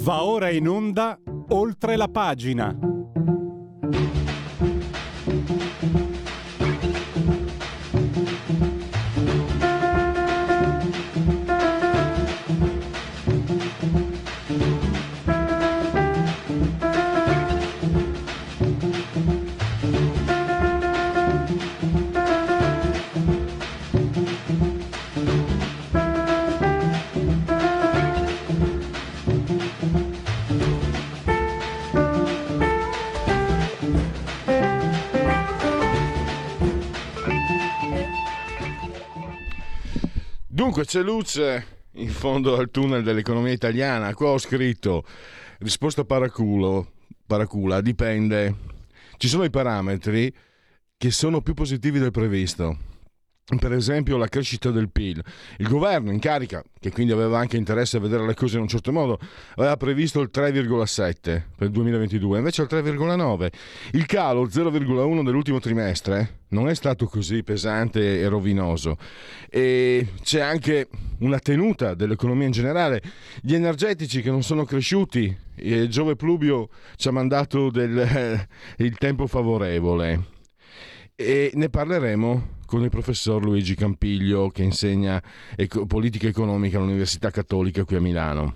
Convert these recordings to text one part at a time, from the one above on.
Va ora in onda Oltre la pagina. Dunque c'è luce in fondo al tunnel dell'economia italiana. Qua ho scritto risposta paracula, dipende. Ci sono i parametri che sono più positivi del previsto. Per esempio la crescita del PIL. Il governo in carica, che quindi aveva anche interesse a vedere le cose in un certo modo, aveva previsto il 3,7 per il 2022, invece il 3,9. Il calo 0,1 dell'ultimo trimestre non è stato così pesante e rovinoso, e c'è anche una tenuta dell'economia in generale. Gli energetici che non sono cresciuti, Giove Pluvio ci ha mandato il tempo favorevole, e ne parleremo con il professor Luigi Campiglio, che insegna politica economica all'Università Cattolica qui a Milano.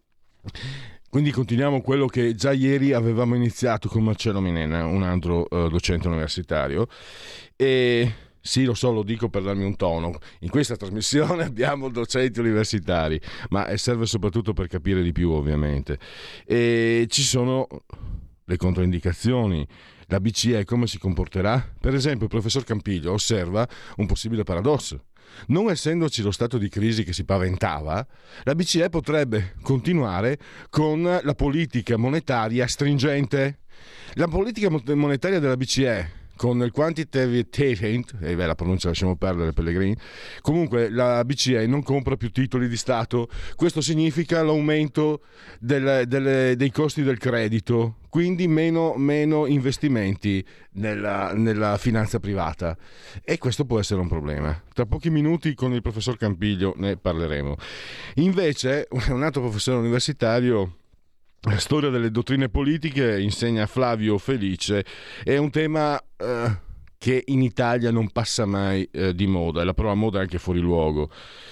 Quindi continuiamo quello che già ieri avevamo iniziato con Marcello Minena, un altro docente universitario. E sì, lo so, lo dico per darmi un tono. In questa trasmissione abbiamo docenti universitari, ma serve soprattutto per capire di più, ovviamente. E ci sono le controindicazioni. La BCE come si comporterà? Per esempio il professor Campiglio osserva un possibile paradosso. Non essendoci lo stato di crisi che si paventava, la BCE potrebbe continuare con la politica monetaria stringente. La politica monetaria della BCE con il quantitative tapering, la pronuncia lasciamo perdere, Pellegrini, comunque la BCE non compra più titoli di Stato. Questo significa l'aumento dei costi del credito, quindi meno investimenti nella finanza privata, e questo può essere un problema. Tra pochi minuti con il professor Campiglio ne parleremo. Invece un altro professore universitario, storia delle dottrine politiche, insegna Flavio Felice. È un tema che in Italia non passa mai di moda, e la prova moda è anche fuori luogo.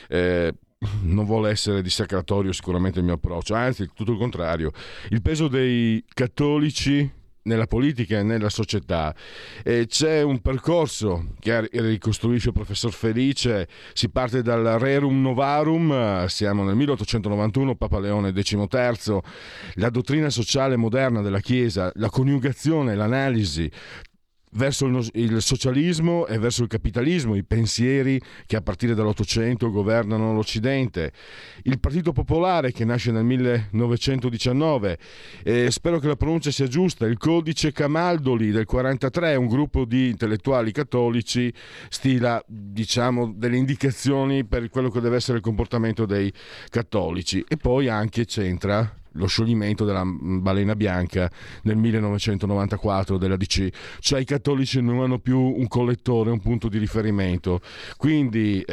Non vuole essere dissacratorio sicuramente il mio approccio, anzi tutto il contrario. Il peso dei cattolici nella politica e nella società. C'è un percorso che ricostruisce il professor Felice. Si parte dal Rerum Novarum, siamo nel 1891, Papa Leone XIII, la dottrina sociale moderna della Chiesa, la coniugazione, l'analisi verso il socialismo e verso il capitalismo, i pensieri che a partire dall'Ottocento governano l'Occidente, il Partito Popolare che nasce nel 1919, spero che la pronuncia sia giusta, il Codice Camaldoli del 43, un gruppo di intellettuali cattolici stila, diciamo, delle indicazioni per quello che deve essere il comportamento dei cattolici, e poi anche c'entra lo scioglimento della Balena Bianca nel 1994 della DC, cioè i cattolici non hanno più un collettore, un punto di riferimento, quindi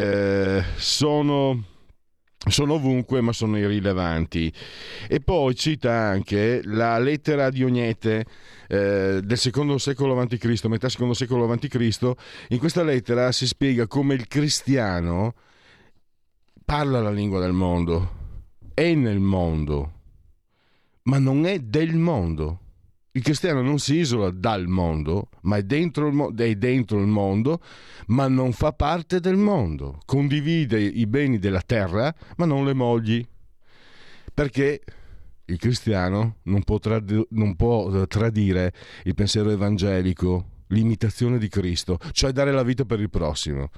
sono ovunque ma sono irrilevanti. E poi cita anche la lettera di Ognete del secondo secolo a.C., metà secondo secolo a.C. In questa lettera si spiega come il cristiano parla la lingua del mondo, è nel mondo, ma non è del mondo. Il cristiano non si isola dal mondo, ma è dentro il mondo, ma non fa parte del mondo. Condivide i beni della terra, ma non le mogli. Perché il cristiano non può tradire il pensiero evangelico, l'imitazione di Cristo, cioè dare la vita per il prossimo.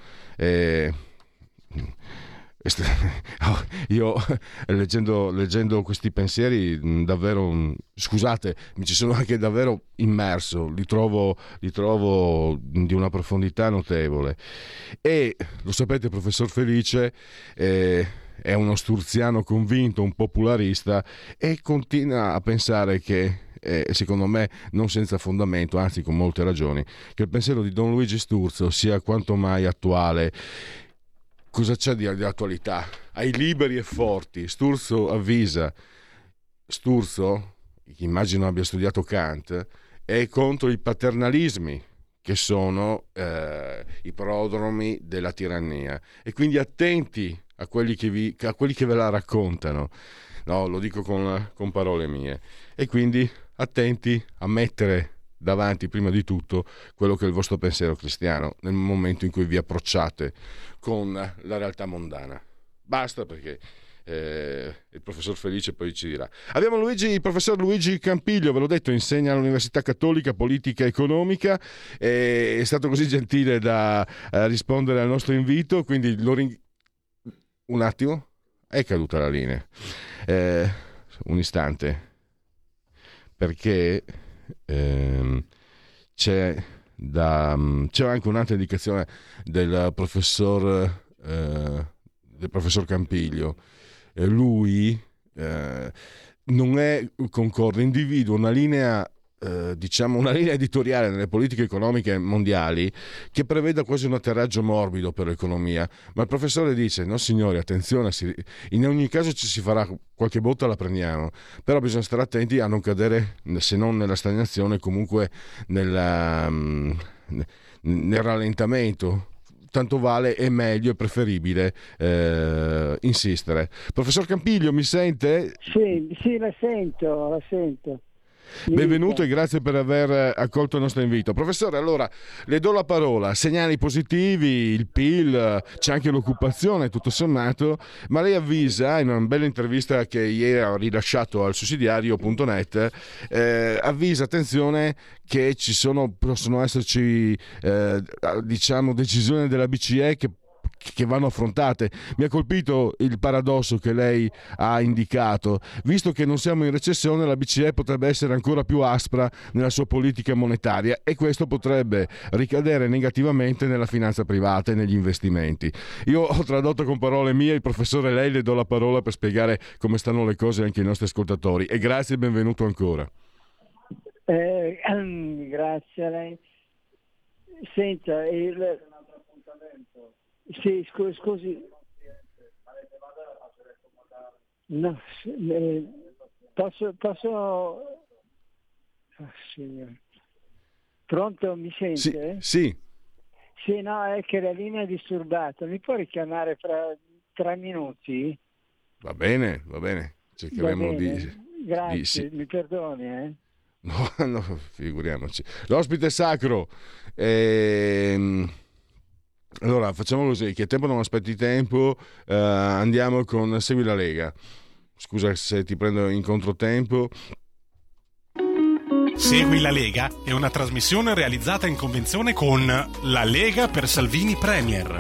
Io leggendo questi pensieri davvero, scusate, mi ci sono anche davvero immerso, li trovo di una profondità notevole. E lo sapete, il professor Felice è uno sturziano convinto, un popolarista, e continua a pensare che secondo me non senza fondamento, anzi con molte ragioni, che il pensiero di Don Luigi Sturzo sia quanto mai attuale. Cosa c'è di attualità? Ai liberi e forti, Sturzo avvisa: Sturzo, che immagino abbia studiato Kant, è contro i paternalismi, che sono i prodromi della tirannia, e quindi attenti a quelli che ve la raccontano. No, lo dico con parole mie. E quindi attenti a mettere davanti prima di tutto quello che è il vostro pensiero cristiano nel momento in cui vi approcciate con la realtà mondana. Basta, perché il professor Felice poi ci dirà. Abbiamo il professor Luigi Campiglio, ve l'ho detto, insegna all'Università Cattolica Politica Economica, è stato così gentile da rispondere al nostro invito, quindi un attimo, è caduta la linea, un istante, perché c'è anche un'altra indicazione del professor Campiglio. Lui non è concorde, individua una linea una linea editoriale nelle politiche economiche mondiali che preveda quasi un atterraggio morbido per l'economia, ma il professore dice: no signori, attenzione, in ogni caso ci si farà qualche botta, la prendiamo, però bisogna stare attenti a non cadere, se non nella stagnazione, comunque nel rallentamento. Tanto vale, è meglio, è preferibile insistere. Professor Campiglio, mi sente? Sì, la sento. Benvenuto e grazie per aver accolto il nostro invito. Professore, allora le do la parola. Segnali positivi, il PIL, c'è anche l'occupazione tutto sommato, ma lei avvisa in una bella intervista che ieri ha rilasciato al sussidiario.net, avvisa, attenzione, che possono esserci decisioni della BCE che vanno affrontate. Mi ha colpito il paradosso che lei ha indicato: visto che non siamo in recessione, la BCE potrebbe essere ancora più aspra nella sua politica monetaria, e questo potrebbe ricadere negativamente nella finanza privata e negli investimenti. Io ho tradotto con parole mie, il professore, lei le do la parola per spiegare come stanno le cose anche ai nostri ascoltatori, e grazie e benvenuto ancora. Grazie a lei. Senta, sì, scusi. No, posso... Oh, signore. Pronto, mi sente? Sì. Sì, no, è che la linea è disturbata. Mi può richiamare fra 3 minuti? Va bene. Cercheremo di... Grazie, sì. Mi perdoni, No, figuriamoci. L'ospite sacro. Allora, facciamo così, che tempo non aspetti tempo, andiamo con Segui la Lega. Scusa se ti prendo in controtempo. Segui la Lega è una trasmissione realizzata in convenzione con La Lega per Salvini Premier.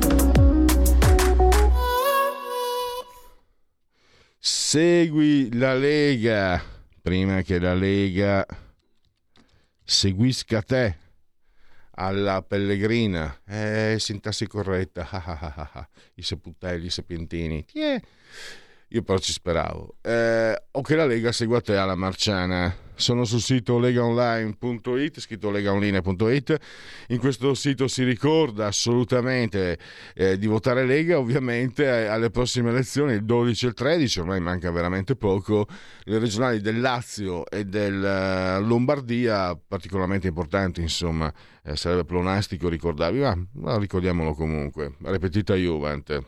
Segui la Lega, prima che la Lega seguisca te alla pellegrina. Sintassi corretta. I Seputelli, i Sapientini. Io però ci speravo. O che la Lega segua te alla Marciana. Sono sul sito legaonline.it, scritto legaonline.it. In questo sito si ricorda assolutamente di votare Lega, ovviamente alle prossime elezioni, il 12 e il 13, ormai manca veramente poco, le regionali del Lazio e del Lombardia, particolarmente importanti, insomma, sarebbe pleonastico ricordarvi, ma ricordiamolo comunque, ripetita Juvent.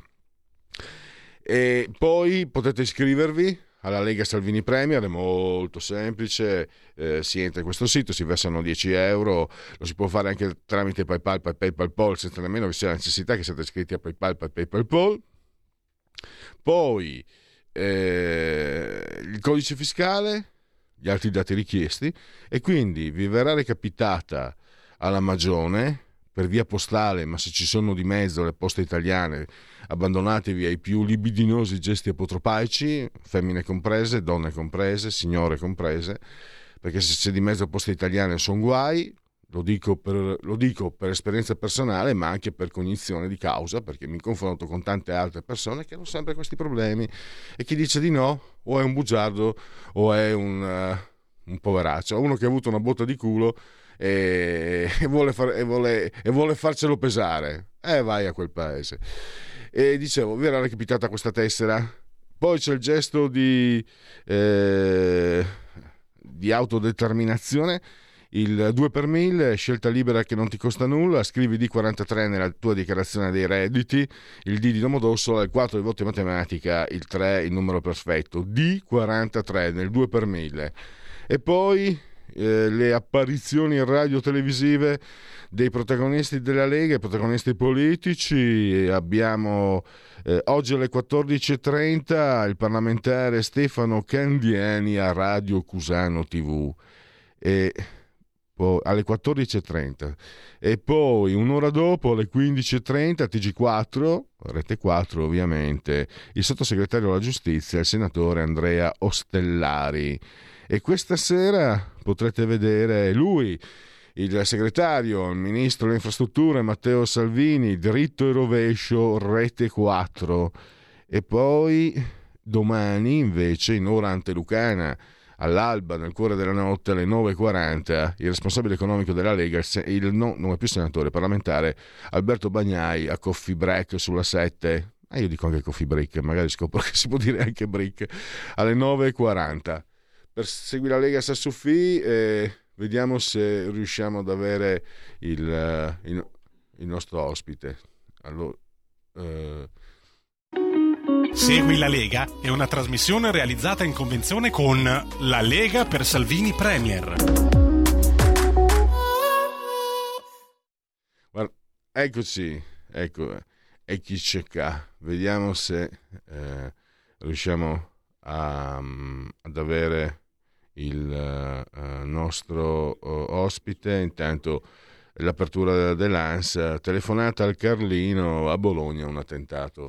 E poi potete iscrivervi alla Lega Salvini Premier, è molto semplice, si entra in questo sito, si versano 10 euro, lo si può fare anche tramite PayPal, PayPal, senza nemmeno che sia la necessità che siate iscritti a PayPal, PayPal. Poi il codice fiscale, gli altri dati richiesti, e quindi vi verrà recapitata alla Magione per via postale, ma se ci sono di mezzo le poste italiane, abbandonatevi ai più libidinosi gesti apotropaici, femmine comprese, donne comprese, signore comprese, perché se c'è di mezzo poste italiane sono guai. Lo dico per esperienza personale, ma anche per cognizione di causa, perché mi confronto con tante altre persone che hanno sempre questi problemi, e chi dice di no o è un bugiardo o è un poveraccio, uno che ha avuto una botta di culo e vuole farcelo pesare, vai a quel paese. E dicevo, vi era recapitata questa tessera Poi c'è il gesto di autodeterminazione, il 2 per 1000, scelta libera che non ti costa nulla, scrivi D43 nella tua dichiarazione dei redditi, il D di Domodossola, il 4 di voto in matematica, il 3 il numero perfetto, D43 nel 2 per 1000. E poi le apparizioni radio-televisive dei protagonisti della Lega, i protagonisti politici. Abbiamo oggi alle 14.30 il parlamentare Stefano Candiani a Radio Cusano TV, e poi alle 14.30, e poi un'ora dopo alle 15.30 TG4, Rete 4 ovviamente, il sottosegretario alla giustizia, il senatore Andrea Ostellari. E questa sera potrete vedere lui, il segretario, il ministro delle infrastrutture Matteo Salvini, dritto e rovescio, Rete 4. E poi domani invece in ora antelucana, all'alba, nel cuore della notte, alle 9.40, il responsabile economico della Lega, non è più senatore, parlamentare, Alberto Bagnai, a Coffee Break sulla 7. Io dico anche Coffee Break, magari scopro che si può dire anche break, alle 9.40. Per Segui la Lega Sassufì, vediamo se riusciamo ad avere il nostro ospite. Allora, Segui la Lega è una trasmissione realizzata in convenzione con La Lega per Salvini Premier. Guarda, eccoci, ecco c'è qua. Vediamo se riusciamo ad avere il nostro ospite. Intanto l'apertura dell'ANSA, telefonata al Carlino, a Bologna un attentato,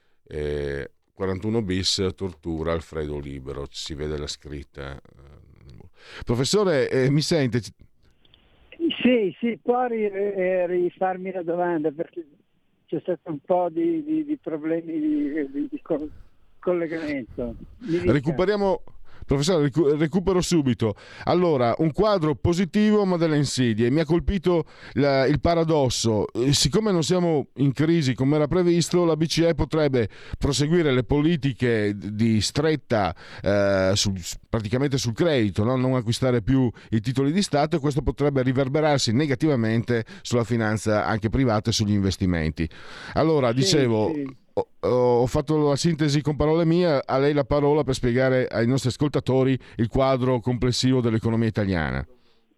41 bis, tortura, Alfredo Libero, si vede la scritta. Professore, mi sente? Sì, puoi rifarmi la domanda, perché c'è stato un po' di problemi di collegamento. Recuperiamo. Professore, recupero subito. Allora, un quadro positivo ma delle insidie. Mi ha colpito il paradosso. Siccome non siamo in crisi come era previsto, la BCE potrebbe proseguire le politiche di stretta praticamente sul credito, no? Non acquistare più i titoli di Stato, e questo potrebbe riverberarsi negativamente sulla finanza anche privata e sugli investimenti. Allora, dicevo... Sì. Ho fatto la sintesi con parole mie, a lei la parola per spiegare ai nostri ascoltatori il quadro complessivo dell'economia italiana.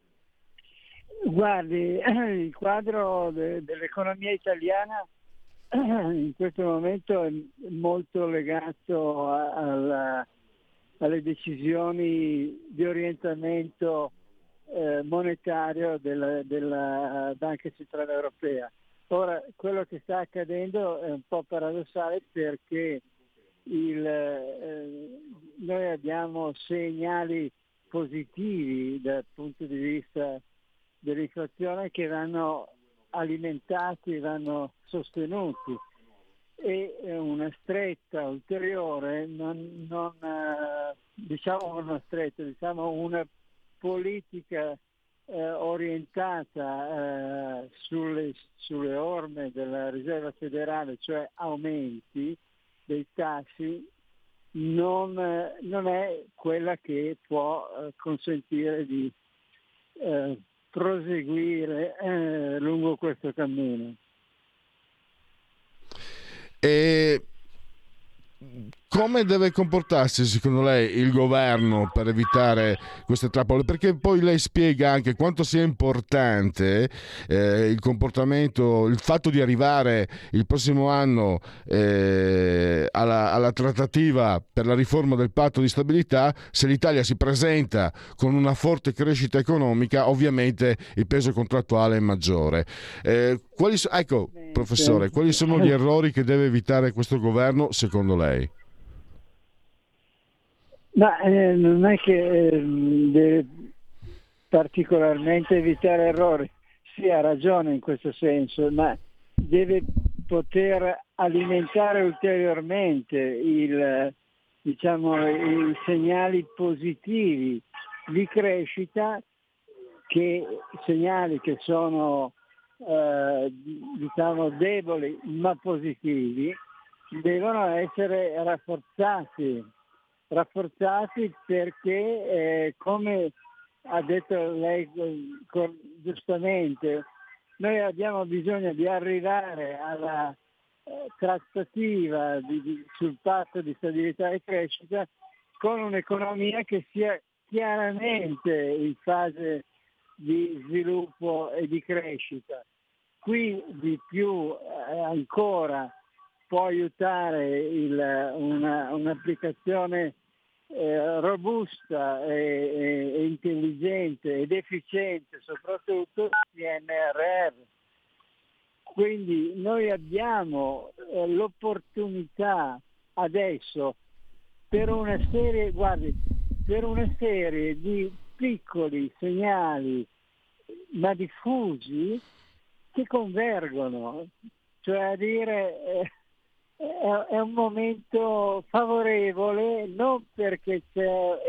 Guardi, il quadro dell'economia italiana in questo momento è molto legato alle decisioni di orientamento monetario della Banca Centrale Europea. Ora, quello che sta accadendo è un po' paradossale, perché noi abbiamo segnali positivi dal punto di vista dell'inflazione che vanno alimentati, vanno sostenuti, e una stretta ulteriore, diciamo una politica orientata sulle orme della Riserva federale, cioè aumenti dei tassi, non è quella che può consentire di proseguire lungo questo cammino. E come deve comportarsi secondo lei il governo per evitare queste trappole? Perché poi lei spiega anche quanto sia importante il comportamento, il fatto di arrivare il prossimo anno alla trattativa per la riforma del patto di stabilità. Se l'Italia si presenta con una forte crescita economica, ovviamente il peso contrattuale è maggiore. Professore, quali sono gli errori che deve evitare questo governo secondo lei? Ma non è che deve particolarmente evitare errori, sì, ha ragione in questo senso, ma deve poter alimentare ulteriormente i segnali positivi di crescita, segnali che sono deboli ma positivi, devono essere rafforzati perché come ha detto lei giustamente, noi abbiamo bisogno di arrivare alla trattativa sul patto di stabilità e crescita con un'economia che sia chiaramente in fase di sviluppo e di crescita. Qui di più ancora può aiutare un'applicazione robusta e intelligente ed efficiente, soprattutto PNRR. Quindi noi abbiamo l'opportunità adesso per una serie di piccoli segnali ma diffusi che convergono, cioè a dire è un momento favorevole non perché c'è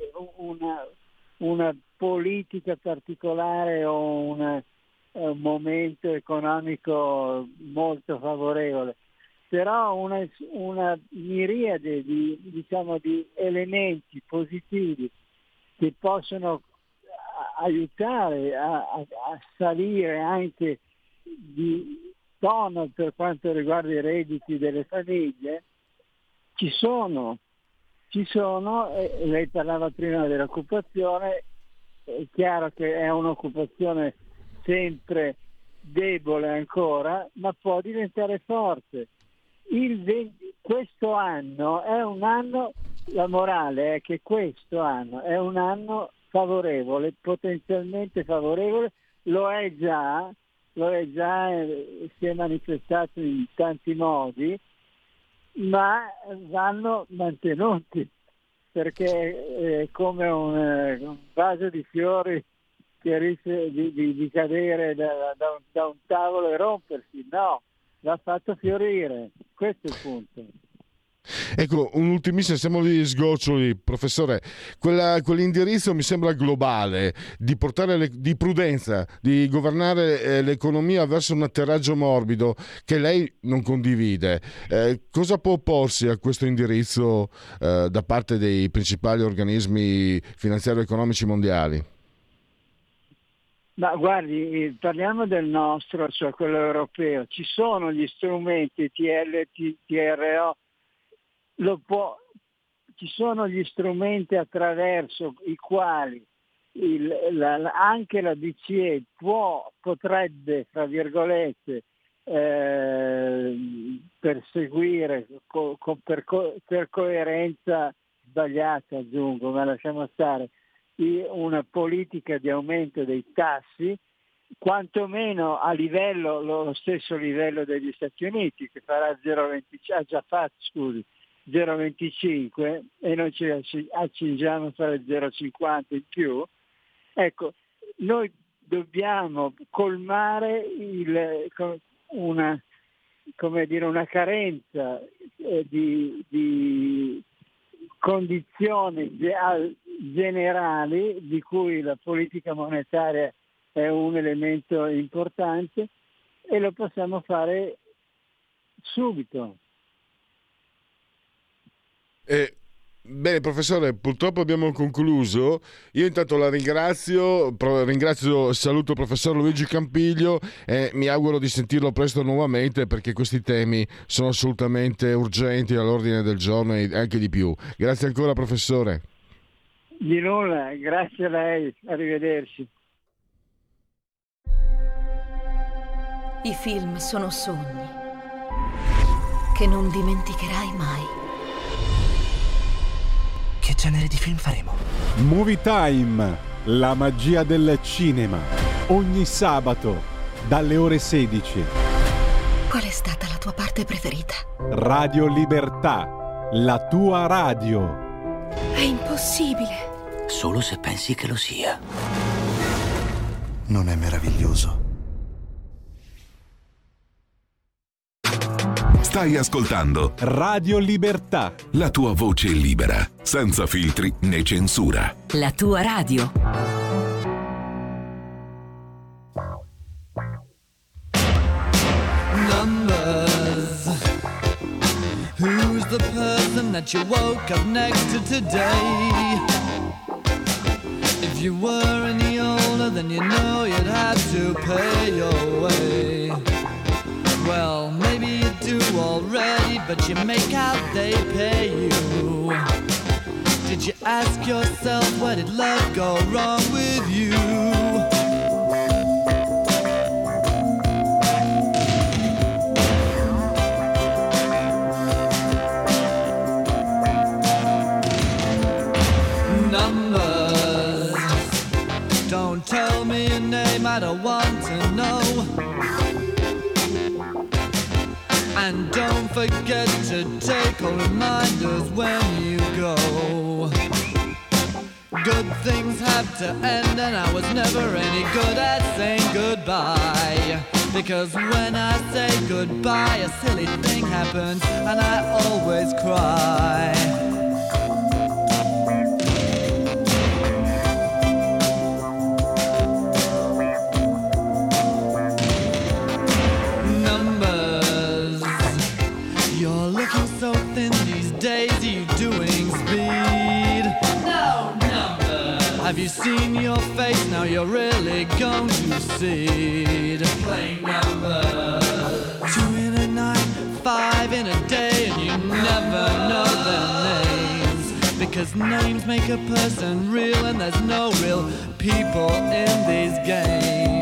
una politica particolare o un momento economico molto favorevole, però una miriade di elementi positivi che possono aiutare a salire anche di tono per quanto riguarda i redditi delle famiglie, ci sono. Lei parlava prima dell'occupazione, è chiaro che è un'occupazione sempre debole ancora, ma può diventare forte. Questo anno è un anno, la morale è che questo anno è un anno favorevole, potenzialmente favorevole, lo è già, si è manifestato in tanti modi, ma vanno mantenuti, perché è come un vaso di fiori che rischia di cadere da un tavolo e rompersi. No, l'ha fatto fiorire, questo è il punto. Ecco, un'ultimissima, siamo agli sgoccioli, professore. Quell'indirizzo mi sembra globale, di portare di prudenza, di governare l'economia verso un atterraggio morbido che lei non condivide. Cosa può opporsi a questo indirizzo da parte dei principali organismi finanziario-economici mondiali? Ma guardi, parliamo del nostro, cioè quello europeo. Ci sono gli strumenti TLTRO, ci sono gli strumenti attraverso i quali anche la BCE potrebbe, fra virgolette, perseguire per coerenza sbagliata, aggiungo, ma lasciamo stare, una politica di aumento dei tassi, quantomeno a livello, lo stesso livello degli Stati Uniti, che farà 0,25, ha già fatto, 0,25 e noi ci accingiamo a fare 0,50 in più. Ecco, noi dobbiamo colmare una carenza di condizioni generali di cui la politica monetaria è un elemento importante, e lo possiamo fare subito. Bene professore, purtroppo abbiamo concluso. Io intanto la ringrazio, saluto il professor Luigi Campiglio e mi auguro di sentirlo presto nuovamente, perché questi temi sono assolutamente urgenti, all'ordine del giorno e anche di più. Grazie ancora professore. Di nulla, grazie a lei, arrivederci. I film sono sogni che non dimenticherai mai. Che genere di film faremo? Movie Time, la magia del cinema. Ogni sabato, dalle ore 16. Qual è stata la tua parte preferita? Radio Libertà, la tua radio. È impossibile. Solo se pensi che lo sia. Non è meraviglioso? Stai ascoltando Radio Libertà, la tua voce libera, senza filtri né censura. La tua radio. Numbers the person that you woke up next to today? If you were any older, then you know you'd have to pay your way. Well, maybe you do already, but you make out they pay you. Did you ask yourself, where did love go wrong with you? Numbers, don't tell me your name, I don't want to know. And don't forget to take all reminders when you go. Good things have to end, and I was never any good at saying goodbye. Because when I say goodbye, a silly thing happens, and I always cry. Have you seen your face? Now you're really going to see. Playing numbers. 2 in a night, 5 in a day, and you never know their names. Because names make a person real, and there's no real people in these games.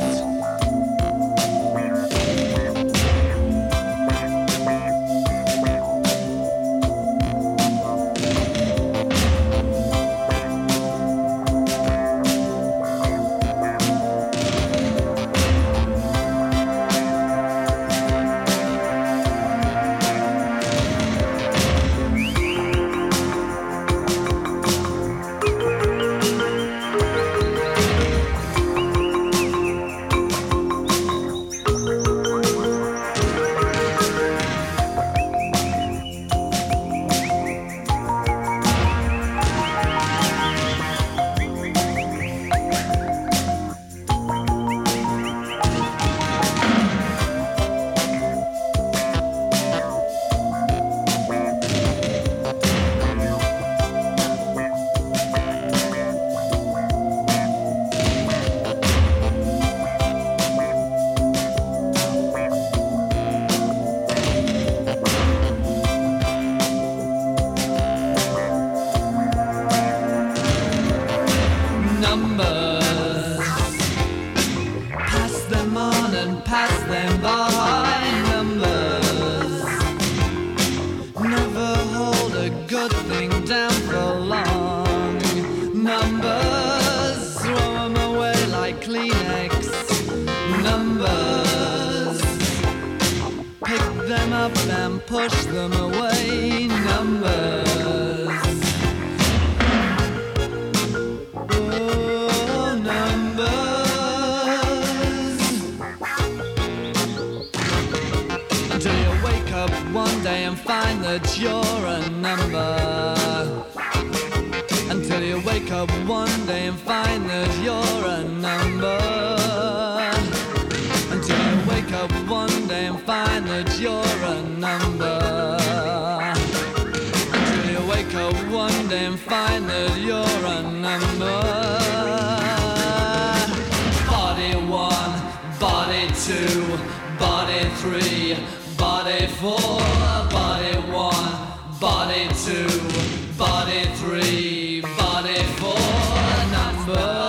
Push them away, numbers. Oh, numbers. Until you wake up one day and find that you're a number. Until you wake up one day and find that you're a number. Until you wake up one day and find that you're a number. Until you wake up one day and find that you're a number. Body 1, body 2, body 3, body 4, body 1, body 2, body 3, body 4, number.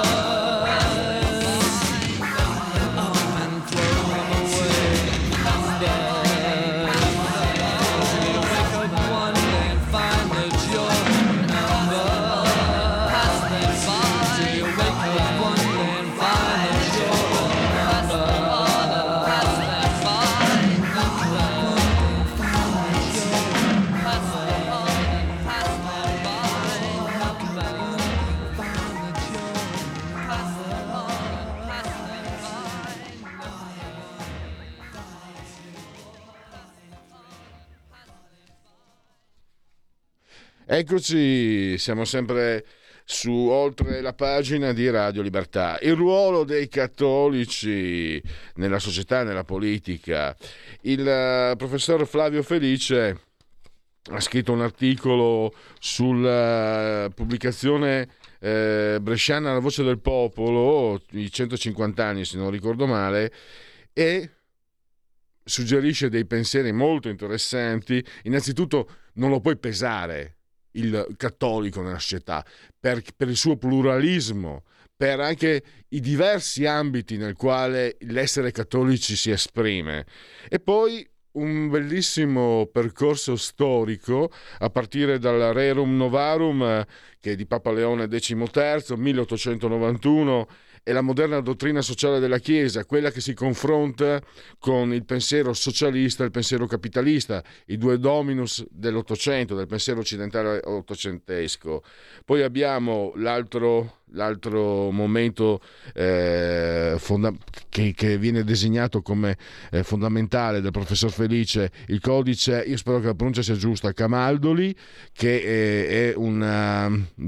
Eccoci, siamo sempre su oltre la pagina di Radio Libertà. Il ruolo dei cattolici nella società e nella politica. Il professor Flavio Felice ha scritto un articolo sulla pubblicazione bresciana La Voce del Popolo, i 150 anni se non ricordo male, e suggerisce dei pensieri molto interessanti. Innanzitutto non lo puoi pesare il cattolico nella società per il suo pluralismo, per anche i diversi ambiti nel quale l'essere cattolici si esprime, e poi un bellissimo percorso storico a partire dal Rerum Novarum, che è di Papa Leone XIII, 1891, e la moderna dottrina sociale della Chiesa, quella che si confronta con il pensiero socialista e il pensiero capitalista, i due dominus dell'Ottocento, del pensiero occidentale ottocentesco. Poi abbiamo l'altro momento che viene designato come fondamentale dal professor Felice, il codice, io spero che la pronuncia sia giusta, Camaldoli, che è una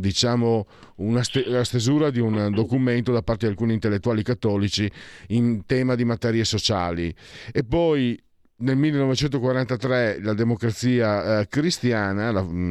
stesura di un documento da parte di alcuni intellettuali cattolici in tema di materie sociali. E poi nel 1943 la democrazia cristiana,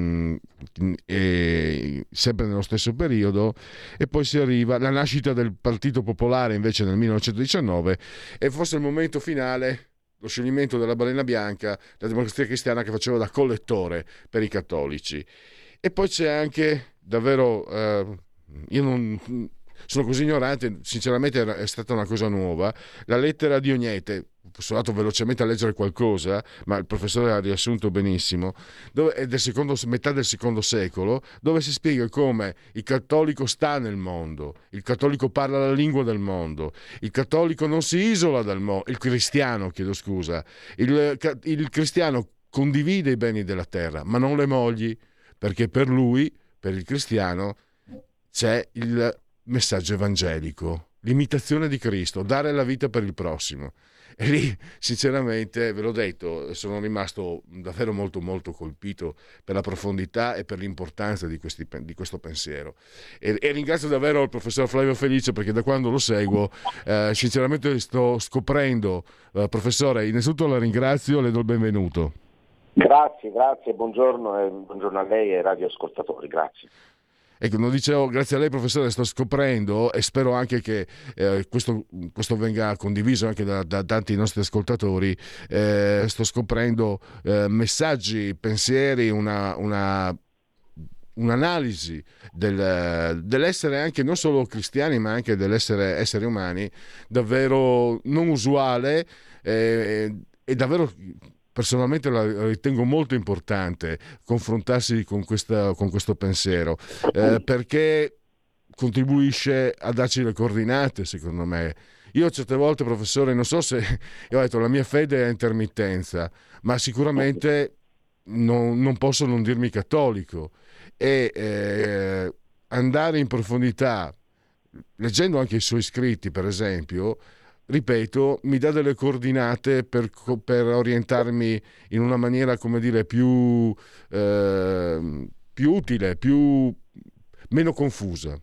sempre nello stesso periodo, e poi si arriva alla nascita del Partito Popolare invece nel 1919, e forse il momento finale, lo scioglimento della Balena Bianca, la democrazia cristiana che faceva da collettore per i cattolici. E poi c'è anche davvero, io non sono così ignorante, sinceramente è stata una cosa nuova, la lettera di Ognete. Sono andato velocemente a leggere qualcosa, ma il professore ha riassunto benissimo, dove è metà del secondo secolo, dove si spiega come il cattolico sta nel mondo, il cattolico parla la lingua del mondo, il cattolico non si isola dal mondo, il cristiano, chiedo scusa, il cristiano condivide i beni della terra, ma non le mogli, perché per lui, per il cristiano, c'è il messaggio evangelico, l'imitazione di Cristo, dare la vita per il prossimo. E lì, sinceramente, ve l'ho detto, sono rimasto davvero molto molto colpito per la profondità e per l'importanza di questo pensiero. E ringrazio davvero il professor Flavio Felice, perché da quando lo seguo, sinceramente sto scoprendo, professore, innanzitutto la ringrazio, le do il benvenuto. Grazie, buongiorno a lei e ai radioascoltatori, grazie. Ecco, non dicevo, grazie a lei professore, sto scoprendo, e spero anche che questo venga condiviso anche da tanti nostri ascoltatori, sto scoprendo messaggi, pensieri, un'analisi dell'essere anche non solo cristiani ma anche dell'essere esseri umani davvero non usuale, e davvero personalmente la ritengo molto importante confrontarsi con questo pensiero, perché contribuisce a darci le coordinate, secondo me. Io certe volte, professore, non so se io ho detto la mia fede è a intermittenza, ma sicuramente non posso non dirmi cattolico, e andare in profondità leggendo anche i suoi scritti, per esempio, ripeto, mi dà delle coordinate per orientarmi in una maniera, come dire, più utile, meno confusa.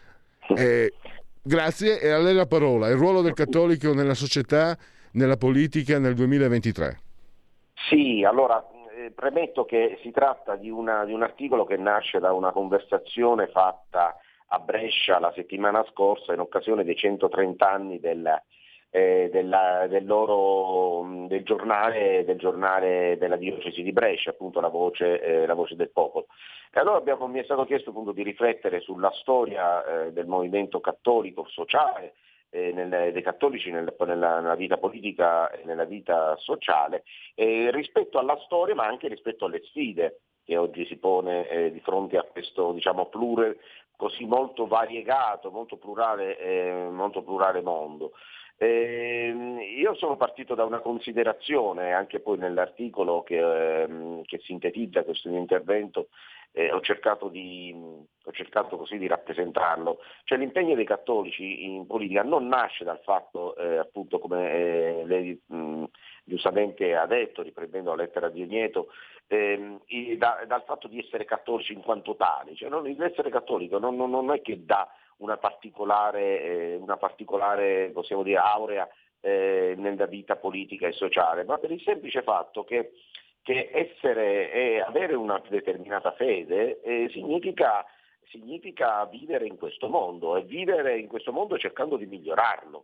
Grazie, e a lei la parola. Il ruolo del cattolico nella società, nella politica nel 2023. Sì, allora premetto che si tratta di un articolo che nasce da una conversazione fatta a Brescia la settimana scorsa in occasione dei 130 anni del giornale della diocesi di Brescia, appunto la voce del popolo. E allora mi è stato chiesto appunto di riflettere sulla storia del movimento cattolico sociale, dei cattolici nella vita politica e nella vita sociale, rispetto alla storia ma anche rispetto alle sfide che oggi si pone di fronte a questo, diciamo, così molto variegato, molto plurale mondo. Io sono partito da una considerazione, anche poi nell'articolo che sintetizza questo mio intervento, ho cercato così di rappresentarlo. Cioè l'impegno dei cattolici in politica non nasce dal fatto, appunto come lei giustamente ha detto, riprendendo la lettera di Ogneto, dal fatto di essere cattolici in quanto tali. Cioè, l'essere cattolico non è che dà una particolare possiamo dire aurea nella vita politica e sociale, ma per il semplice fatto che che avere una determinata fede significa vivere in questo mondo, e vivere in questo mondo cercando di migliorarlo.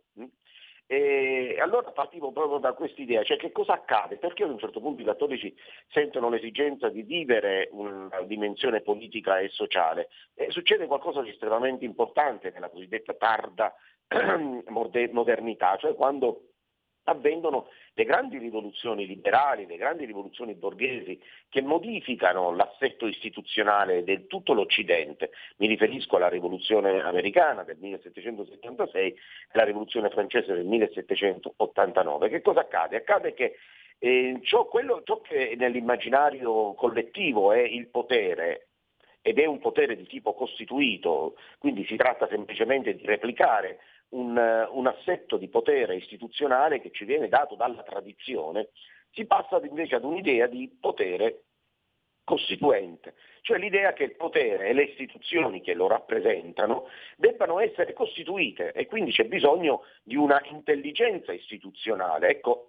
E allora partivo proprio da quest'idea, cioè che cosa accade? Perché ad un certo punto i cattolici sentono l'esigenza di vivere una dimensione politica e sociale? Succede qualcosa di estremamente importante nella cosiddetta tarda modernità, cioè quando avvengono le grandi rivoluzioni liberali, le grandi rivoluzioni borghesi che modificano l'assetto istituzionale di tutto l'Occidente. Mi riferisco alla rivoluzione americana del 1776 e alla rivoluzione francese del 1789. Che cosa accade? Accade che ciò che nell'immaginario collettivo è il potere, ed è un potere di tipo costituito, quindi si tratta semplicemente di replicare un assetto di potere istituzionale che ci viene dato dalla tradizione, si passa invece ad un'idea di potere costituente, cioè l'idea che il potere e le istituzioni che lo rappresentano debbano essere costituite, e quindi c'è bisogno di una intelligenza istituzionale, ecco,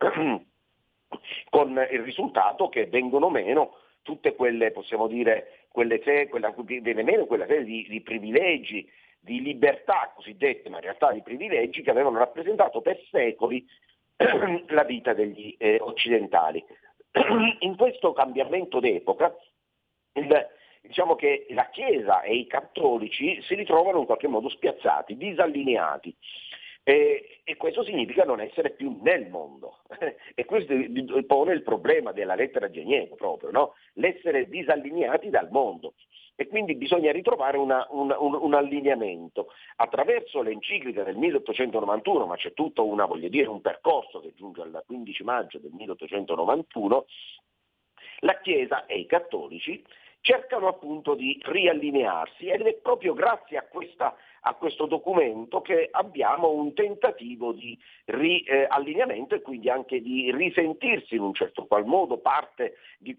con il risultato che vengono meno tutte quelle, possiamo dire, viene meno quella serie di privilegi, di libertà cosiddette, ma in realtà di privilegi che avevano rappresentato per secoli la vita degli occidentali. In questo cambiamento d'epoca, diciamo che la Chiesa e i cattolici si ritrovano in qualche modo spiazzati, disallineati. E questo significa non essere più nel mondo, e questo pone il problema della lettera di Agnello proprio, no? L'essere disallineati dal mondo, e quindi bisogna ritrovare un allineamento attraverso l'enciclica del 1891, ma c'è tutto un percorso che giunge al 15 maggio del 1891. La Chiesa e i cattolici cercano appunto di riallinearsi, ed è proprio grazie a questo documento che abbiamo un tentativo di riallineamento, e quindi anche di risentirsi in un certo qual modo parte di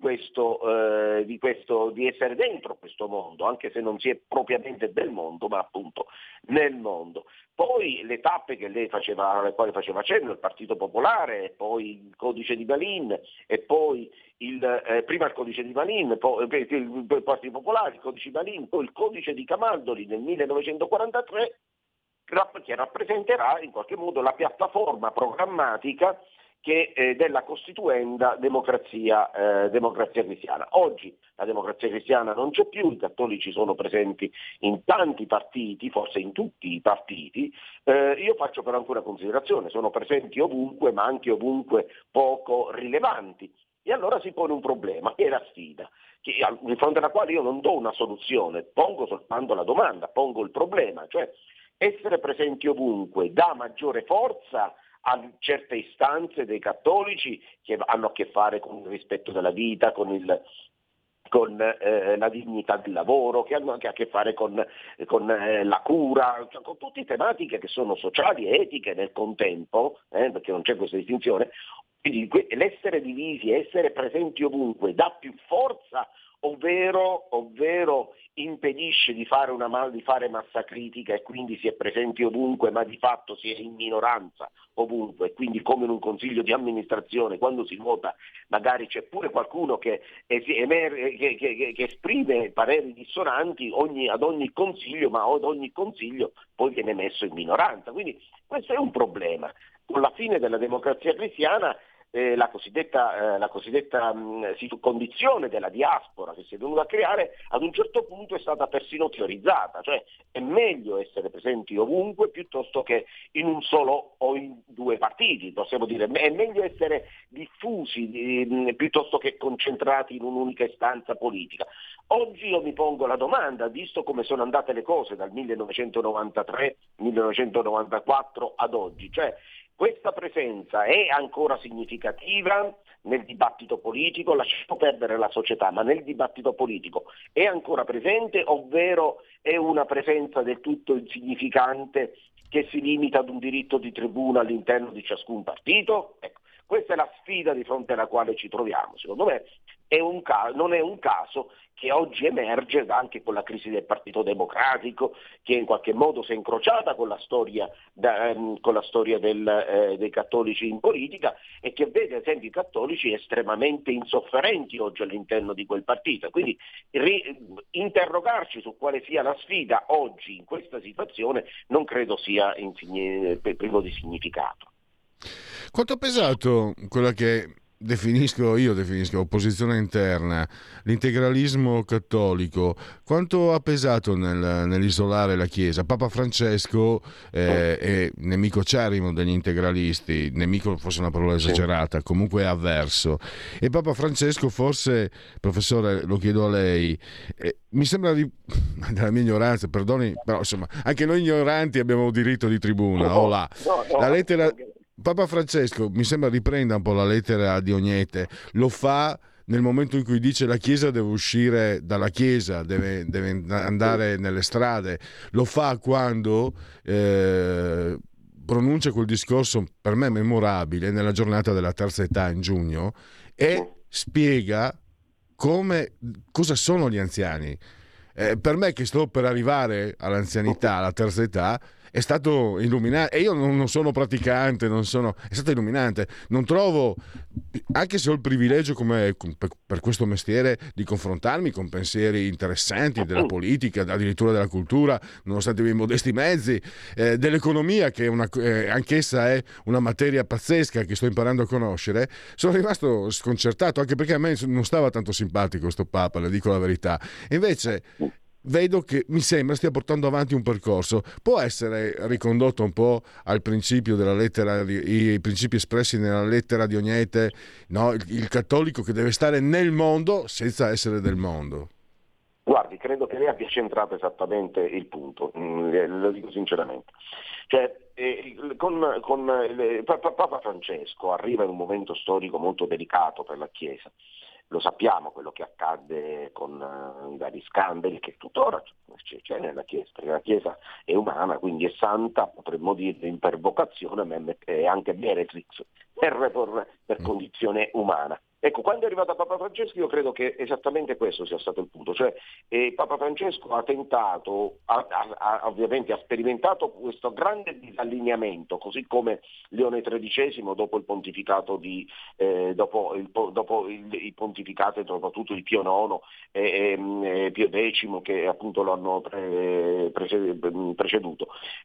essere dentro questo mondo, anche se non si è propriamente del mondo, ma appunto nel mondo. Poi le tappe alle quali faceva cenno il Partito Popolare, e poi il Codice di Balin, e poi prima il Codice di Balin, poi il Partito Popolare, il Codice di Balin, poi il Codice di Camaldoli nel 1943, che rappresenterà in qualche modo la piattaforma programmatica della costituenda democrazia cristiana. Oggi la democrazia cristiana non c'è più, i cattolici sono presenti in tanti partiti, forse in tutti i partiti, io faccio però anche una considerazione: sono presenti ovunque, ma anche ovunque poco rilevanti. E allora si pone un problema, che è la sfida, di fronte alla quale io non do una soluzione, pongo soltanto la domanda, pongo il problema, cioè essere presenti ovunque dà maggiore forza a certe istanze dei cattolici che hanno a che fare con il rispetto della vita, con la dignità del lavoro, che hanno anche a che fare con la cura, cioè con tutte tematiche che sono sociali e etiche nel contempo, perché non c'è questa distinzione. Quindi l'essere divisi, essere presenti ovunque dà più forza, ovvero impedisce di fare massa critica, e quindi si è presenti ovunque ma di fatto si è in minoranza ovunque, quindi come in un consiglio di amministrazione quando si vota magari c'è pure qualcuno che esprime pareri dissonanti ad ogni consiglio, ma ad ogni consiglio poi viene messo in minoranza. Quindi questo è un problema. Con la fine della democrazia cristiana la cosiddetta condizione della diaspora che si è venuta a creare ad un certo punto è stata persino teorizzata, cioè è meglio essere presenti ovunque piuttosto che in un solo o in due partiti, possiamo dire, è meglio essere diffusi piuttosto che concentrati in un'unica istanza politica. Oggi io mi pongo la domanda, visto come sono andate le cose dal 1993-1994 ad oggi, cioè questa presenza è ancora significativa nel dibattito politico, lasciamo perdere la società, ma nel dibattito politico è ancora presente, ovvero è una presenza del tutto insignificante che si limita ad un diritto di tribuna all'interno di ciascun partito? Ecco, questa è la sfida di fronte alla quale ci troviamo. Secondo me non è un caso che oggi emerge anche con la crisi del Partito Democratico, che in qualche modo si è incrociata con la storia dei cattolici in politica, e che vede ad esempio i cattolici estremamente insofferenti oggi all'interno di quel partito. Quindi interrogarci su quale sia la sfida oggi in questa situazione non credo sia privo di significato. Quanto ha pesato quella che definisco opposizione interna, l'integralismo cattolico, quanto ha pesato nell'isolare la Chiesa? Papa Francesco è nemico acerrimo degli integralisti, nemico forse una parola esagerata, comunque è avverso, e Papa Francesco forse, professore, lo chiedo a lei, mi sembra dalla mia ignoranza, perdoni, però insomma anche noi ignoranti abbiamo diritto di tribuna. La lettera Papa Francesco mi sembra riprenda un po' la lettera di Ognete, lo fa nel momento in cui dice la Chiesa deve uscire dalla Chiesa, deve andare nelle strade, lo fa quando pronuncia quel discorso per me memorabile nella giornata della terza età in giugno e spiega cosa sono gli anziani. Per me che sto per arrivare all'anzianità, alla terza età, è stato illuminante, e io non sono praticante, è stato illuminante. Non trovo, anche se ho il privilegio per questo mestiere di confrontarmi con pensieri interessanti della politica, addirittura della cultura, nonostante i miei modesti mezzi, dell'economia, che anch'essa è una materia pazzesca che sto imparando a conoscere, sono rimasto sconcertato, anche perché a me non stava tanto simpatico sto Papa, le dico la verità. E invece vedo che mi sembra stia portando avanti un percorso. Può essere ricondotto un po' al principio della lettera, i principi espressi nella lettera di Ognete, no? Il cattolico che deve stare nel mondo senza essere del mondo. Guardi, credo che lei abbia centrato esattamente il punto, lo dico sinceramente. Cioè, Papa Francesco arriva in un momento storico molto delicato per la Chiesa. Lo sappiamo quello che accadde con i vari scandali che tuttora c'è nella Chiesa, perché la Chiesa è umana, quindi è santa, potremmo dire per vocazione, ma è anche beatrix per condizione umana. Ecco, quando è arrivato Papa Francesco io credo che esattamente questo sia stato il punto, cioè Papa Francesco ha tentato, ovviamente ha sperimentato questo grande disallineamento, così come Leone XIII dopo il pontificato dopo i pontificati, soprattutto di Pio IX e Pio X, che appunto lo hanno preceduto.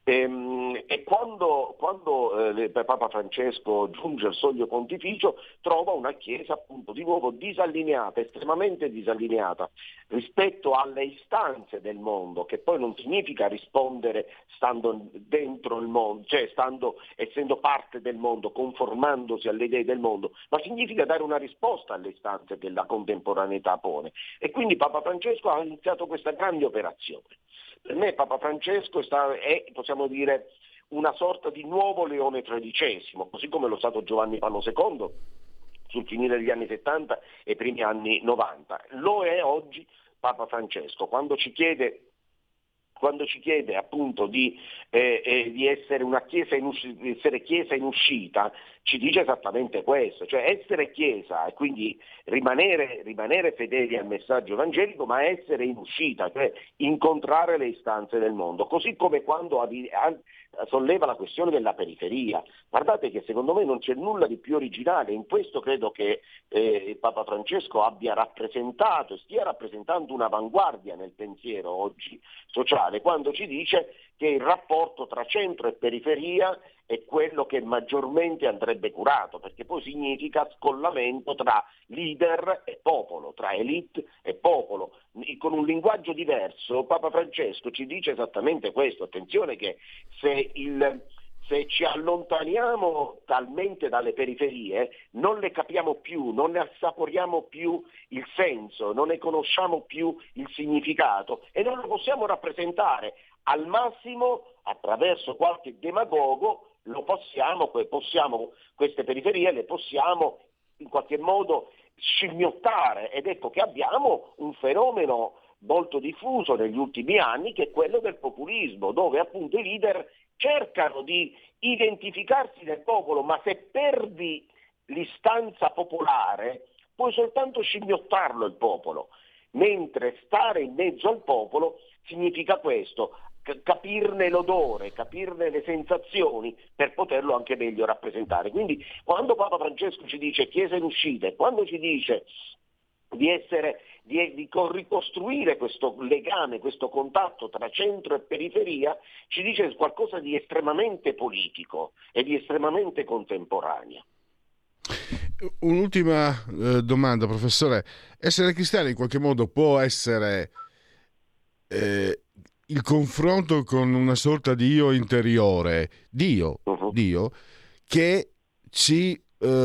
E quando Papa Francesco giunge al soglio pontificio trova una Chiesa appunto di nuovo disallineata, estremamente disallineata rispetto alle istanze del mondo, che poi non significa rispondere stando dentro il mondo, cioè essendo parte del mondo, conformandosi alle idee del mondo, ma significa dare una risposta alle istanze che la contemporaneità pone. E quindi Papa Francesco ha iniziato questa grande operazione. Per me Papa Francesco è, possiamo dire, una sorta di nuovo Leone XIII, così come lo è stato Giovanni Paolo II sul finire degli anni 70 e primi anni 90. Lo è oggi Papa Francesco, quando ci chiede appunto di essere una chiesa essere chiesa in uscita, ci dice esattamente questo, cioè essere chiesa e quindi rimanere fedeli al messaggio evangelico, ma essere in uscita, cioè incontrare le istanze del mondo, così come quando solleva la questione della periferia. Guardate che secondo me non c'è nulla di più originale, in questo credo che Papa Francesco abbia rappresentato e stia rappresentando un'avanguardia nel pensiero oggi sociale, quando ci dice che il rapporto tra centro e periferia è quello che maggiormente andrebbe curato, perché poi significa scollamento tra leader e popolo, tra elite e popolo. Con un linguaggio diverso Papa Francesco ci dice esattamente questo. Attenzione che se ci allontaniamo talmente dalle periferie non le capiamo più, non ne assaporiamo più il senso, non ne conosciamo più il significato e non lo possiamo rappresentare. Al massimo, attraverso qualche demagogo, queste periferie le possiamo in qualche modo scimmiottare, ed ecco che abbiamo un fenomeno molto diffuso negli ultimi anni che è quello del populismo, dove appunto i leader cercano di identificarsi nel popolo, ma se perdi l'istanza popolare puoi soltanto scimmiottarlo il popolo, mentre stare in mezzo al popolo significa questo, capirne l'odore, capirne le sensazioni per poterlo anche meglio rappresentare. Quindi quando Papa Francesco ci dice Chiesa in uscita, e quando ci dice di ricostruire questo legame, questo contatto tra centro e periferia, ci dice qualcosa di estremamente politico e di estremamente contemporaneo. Un'ultima domanda, professore. Essere cristiani in qualche modo può essere il confronto con una sorta di io interiore, Dio che ci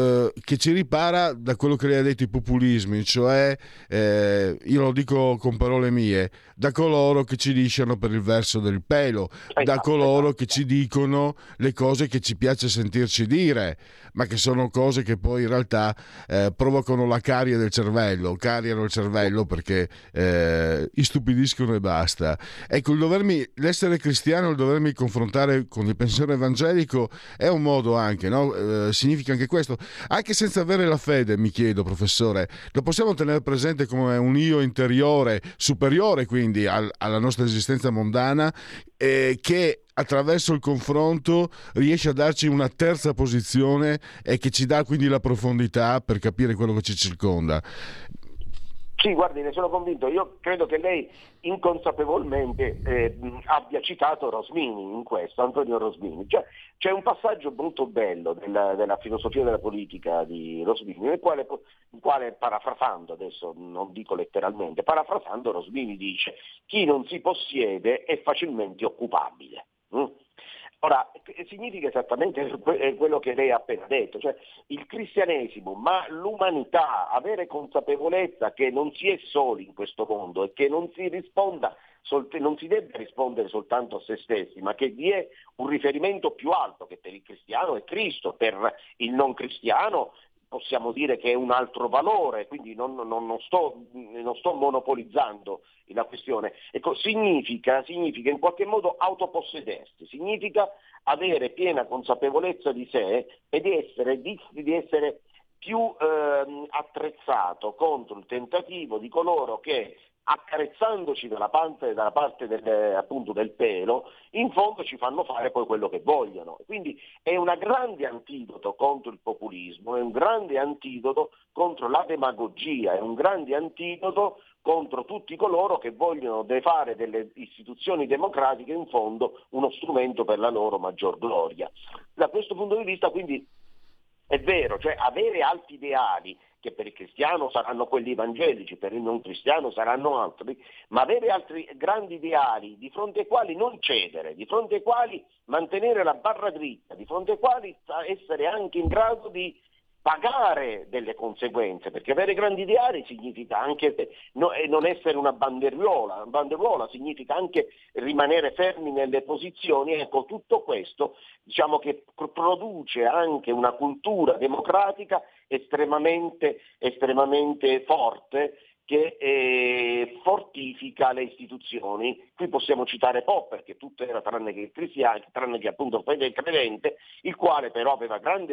ripara da quello che lei ha detto, i populismi, cioè io lo dico con parole mie, da coloro che ci lisciano per il verso del pelo, da coloro che ci dicono le cose che ci piace sentirci dire, ma che sono cose che poi in realtà provocano la carie del cervello, cariano il cervello perché istupidiscono e basta. Ecco, l'essere cristiano, il dovermi confrontare con il pensiero evangelico è un modo anche, no? Significa anche questo. Anche senza avere la fede, mi chiedo, professore, lo possiamo tenere presente come un io interiore, superiore quindi alla nostra esistenza mondana, che attraverso il confronto riesce a darci una terza posizione e che ci dà quindi la profondità per capire quello che ci circonda. Sì, guardi, ne sono convinto. Io credo che lei inconsapevolmente abbia citato Rosmini in questo, Antonio Rosmini. Cioè, c'è un passaggio molto bello della filosofia della politica di Rosmini, nel quale parafrasando, adesso non dico letteralmente, parafrasando Rosmini dice: chi non si possiede è facilmente occupabile. Ora, significa esattamente quello che lei ha appena detto, cioè il cristianesimo, ma l'umanità, avere consapevolezza che non si è soli in questo mondo e che non si deve rispondere soltanto a se stessi, ma che vi è un riferimento più alto, che per il cristiano è Cristo, per il non cristiano possiamo dire che è un altro valore, quindi non sto monopolizzando la questione. Ecco, significa in qualche modo autopossedersi, significa avere piena consapevolezza di sé e di essere più attrezzato contro il tentativo di coloro che, accarezzandoci dalla parte del pelo, in fondo ci fanno fare poi quello che vogliono. Quindi è un grande antidoto contro il populismo, è un grande antidoto contro la demagogia, è un grande antidoto contro tutti coloro che vogliono fare delle istituzioni democratiche in fondo uno strumento per la loro maggior gloria. Da questo punto di vista quindi è vero, cioè avere alti ideali, che per il cristiano saranno quelli evangelici, per il non cristiano saranno altri, ma avere altri grandi ideali di fronte ai quali non cedere, di fronte ai quali mantenere la barra dritta, di fronte ai quali essere anche in grado di pagare delle conseguenze, perché avere grandi ideali significa anche non essere una banderuola significa anche rimanere fermi nelle posizioni. Ecco, tutto questo diciamo che produce anche una cultura democratica estremamente forte, che fortifica le istituzioni. Qui possiamo citare Popper, che tutto era tranne che cristiano, tranne che appunto credente, il quale però aveva grande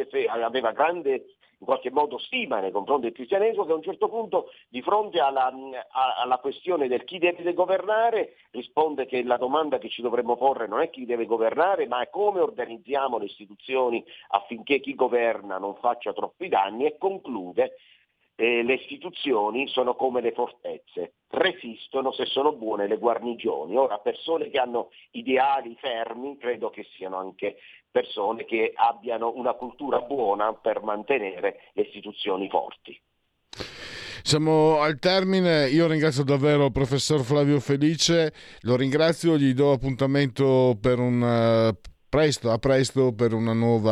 in qualche modo stima nei confronti del cristianesimo, che a un certo punto di fronte alla questione del chi deve governare risponde che la domanda che ci dovremmo porre non è chi deve governare, ma è come organizziamo le istituzioni affinché chi governa non faccia troppi danni, e conclude: le istituzioni sono come le fortezze, resistono se sono buone le guarnigioni. Ora, persone che hanno ideali fermi credo che siano anche persone che abbiano una cultura buona per mantenere le istituzioni forti. Siamo al termine, io ringrazio davvero il professor Flavio Felice, lo ringrazio, gli do appuntamento per a presto per un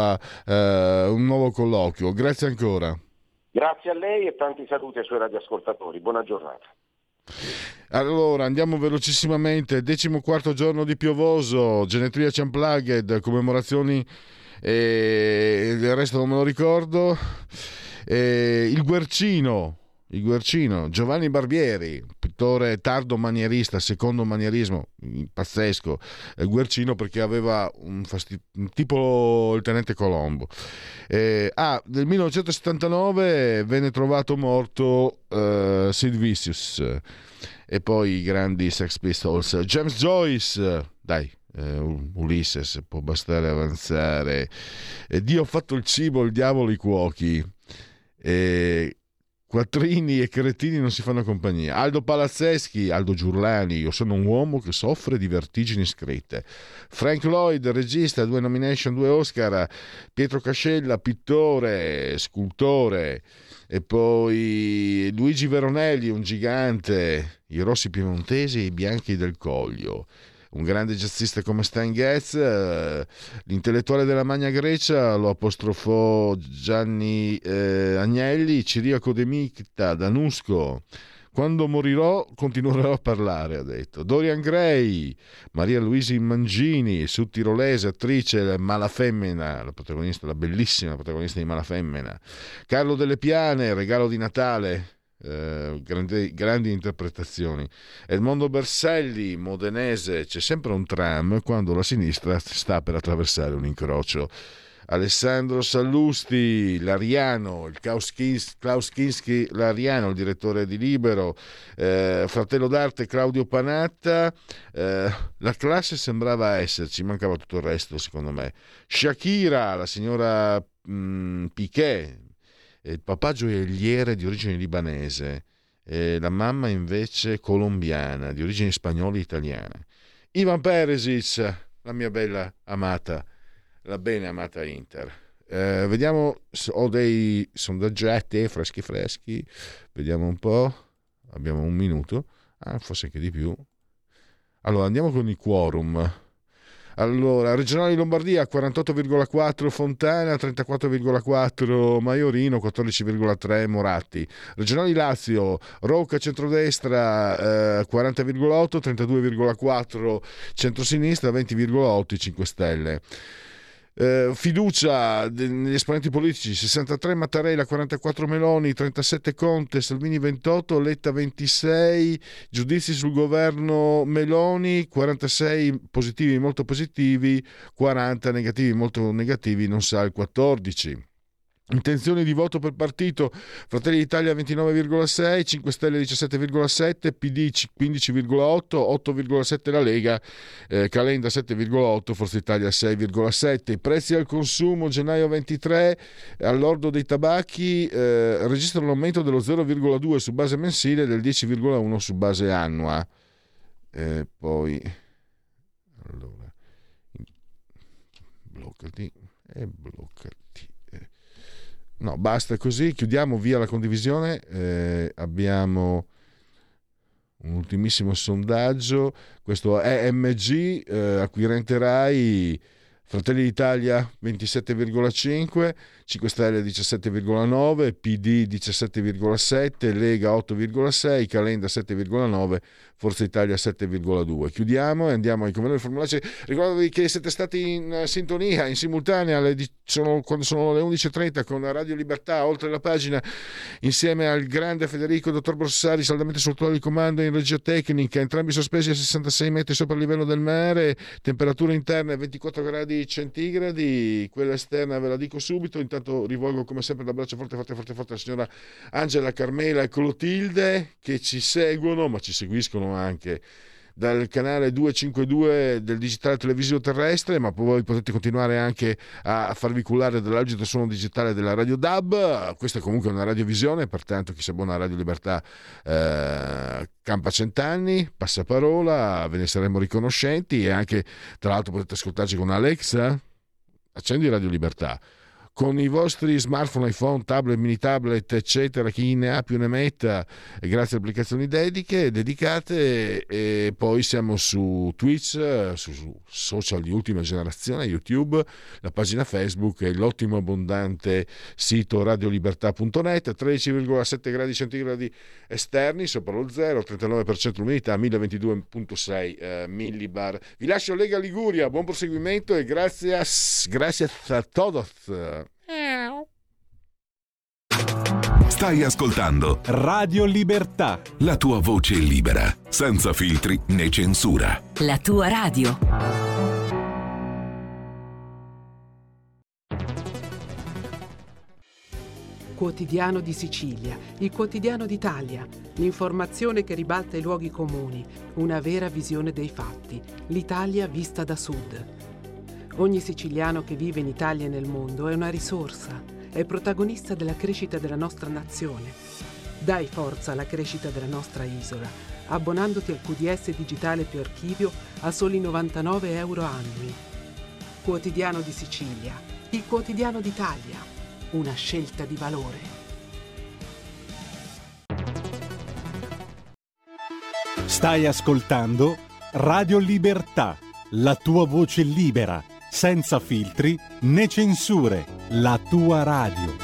nuovo colloquio. Grazie ancora. Grazie a lei e tanti saluti ai suoi radioascoltatori. Buona giornata. Allora, andiamo velocissimamente. 14° giorno di piovoso, Genetriaci Unplugged, commemorazioni e il resto non me lo ricordo. Il Guercino, il Guercino. Giovanni Barbieri, pittore tardo manierista, secondo manierismo, pazzesco. Il Guercino perché aveva un tipo il tenente Colombo. Nel 1979 venne trovato morto Sid Vicious, e poi i grandi Sex Pistols. James Joyce, dai, Ulysses, può bastare avanzare. Dio ha fatto il cibo, il diavolo i cuochi. Quattrini e cretini non si fanno compagnia. Aldo Palazzeschi, Aldo Giurlani, io sono un uomo che soffre di vertigini scritte. Frank Lloyd, regista, 2 nomination, 2 Oscar. Pietro Cascella, pittore, scultore. E poi Luigi Veronelli, un gigante. I rossi piemontesi e i bianchi del Coglio. Un grande jazzista come Stan Getz. L'intellettuale della Magna Grecia lo apostrofò Gianni Agnelli. Ciriaco De Micta, Danusco. Quando morirò continuerò a parlare, ha detto. Dorian Gray, Maria Luisa Mangini, sudtirolese, attrice, Malafemmina, la protagonista, la bellissima protagonista di Malafemmina. Carlo Delle Piane, Regalo di Natale. Grandi interpretazioni. Edmondo Berselli, modenese, c'è sempre un tram quando la sinistra sta per attraversare un incrocio. Alessandro Sallusti, Lariano, il Klaus Kinski Lariano, il direttore di Libero. Fratello d'arte Claudio Panatta. La classe sembrava esserci, mancava tutto il resto secondo me. Shakira, la signora Piquet, il papà gioielliere di origine libanese, la mamma invece colombiana di origini spagnole e italiane. Ivan Perisic, la mia bella amata, la bene amata Inter. Vediamo, ho dei sondaggetti freschi, vediamo un po', abbiamo un minuto, forse anche di più. Allora andiamo con il quorum. Allora, regionale di Lombardia 48,4 Fontana, 34,4 Maiorino, 14,3 Moratti. Regionale di Lazio, Rocca centrodestra 40,8, 32,4 centrosinistra, 20,8 5 Stelle. Fiducia negli esponenti politici 63 Mattarella, 44 Meloni, 37 Conte, Salvini 28, Letta 26. Giudizi sul governo Meloni, 46 positivi molto positivi, 40 negativi molto negativi, non sa il 14. Intenzioni di voto per partito: Fratelli d'Italia 29,6, 5 Stelle 17,7, PD 15,8, 8,7 la Lega, Calenda 7,8, Forza Italia 6,7. I prezzi al consumo gennaio 23 all'ordo dei tabacchi registrano un aumento dello 0,2 su base mensile e del 10,1 su base annua. Poi allora bloccati. No, basta così, chiudiamo, via la condivisione. Abbiamo un ultimissimo sondaggio, questo è EMG, acquirente Rai, Fratelli d'Italia 27,5, 5 Stelle 17,9, PD 17,7, Lega 8,6, Calenda 7,9, Forza Italia 7,2. Chiudiamo e andiamo ai commenti formulari. Ricordatevi che siete stati in sintonia, in simultanea quando sono le 11.30 con Radio Libertà, oltre la pagina, insieme al grande Federico Dottor Borsari, saldamente sotto il comando in regia tecnica, entrambi sospesi a 66 metri sopra il livello del mare, temperatura interna 24 gradi centigradi, quella esterna ve la dico subito. Intanto rivolgo come sempre l'abbraccio forte alla signora Angela, Carmela e Clotilde che ci seguono, ma ci seguiscono anche dal canale 252 del digitale televisivo terrestre, ma voi potete continuare anche a farvi cullare dall'algito suono digitale della Radio DAB. Questa è comunque una radiovisione, pertanto chi si abbona a Radio Libertà campa 100 anni, passaparola, ve ne saremo riconoscenti. E anche, tra l'altro, potete ascoltarci con Alexa, accendi Radio Libertà. Con i vostri smartphone, iPhone, tablet, mini tablet, eccetera, chi ne ha più ne metta, grazie a applicazioni dedicate. E poi siamo su Twitch, su social di ultima generazione, YouTube, la pagina Facebook e l'ottimo abbondante sito radiolibertà.net. 13,7 gradi centigradi esterni sopra lo zero, 39% l'umidità, 1022,6 millibar. Vi lascio Lega Liguria, buon proseguimento e grazie a todos. Stai ascoltando Radio Libertà. la tua voce libera, senza filtri né censura. La tua radio. Quotidiano di Sicilia, il quotidiano d'Italia, l'informazione che ribalta i luoghi comuni, una vera visione dei fatti, l'Italia vista da sud. Ogni siciliano che vive in Italia e nel mondo è una risorsa, è protagonista della crescita della nostra nazione. Dai forza alla crescita della nostra isola, abbonandoti al QDS digitale più archivio a soli 99 euro annui. Quotidiano di Sicilia, il quotidiano d'Italia. Una scelta di valore. Stai ascoltando Radio Libertà, la tua voce libera, senza filtri né censure, la tua radio.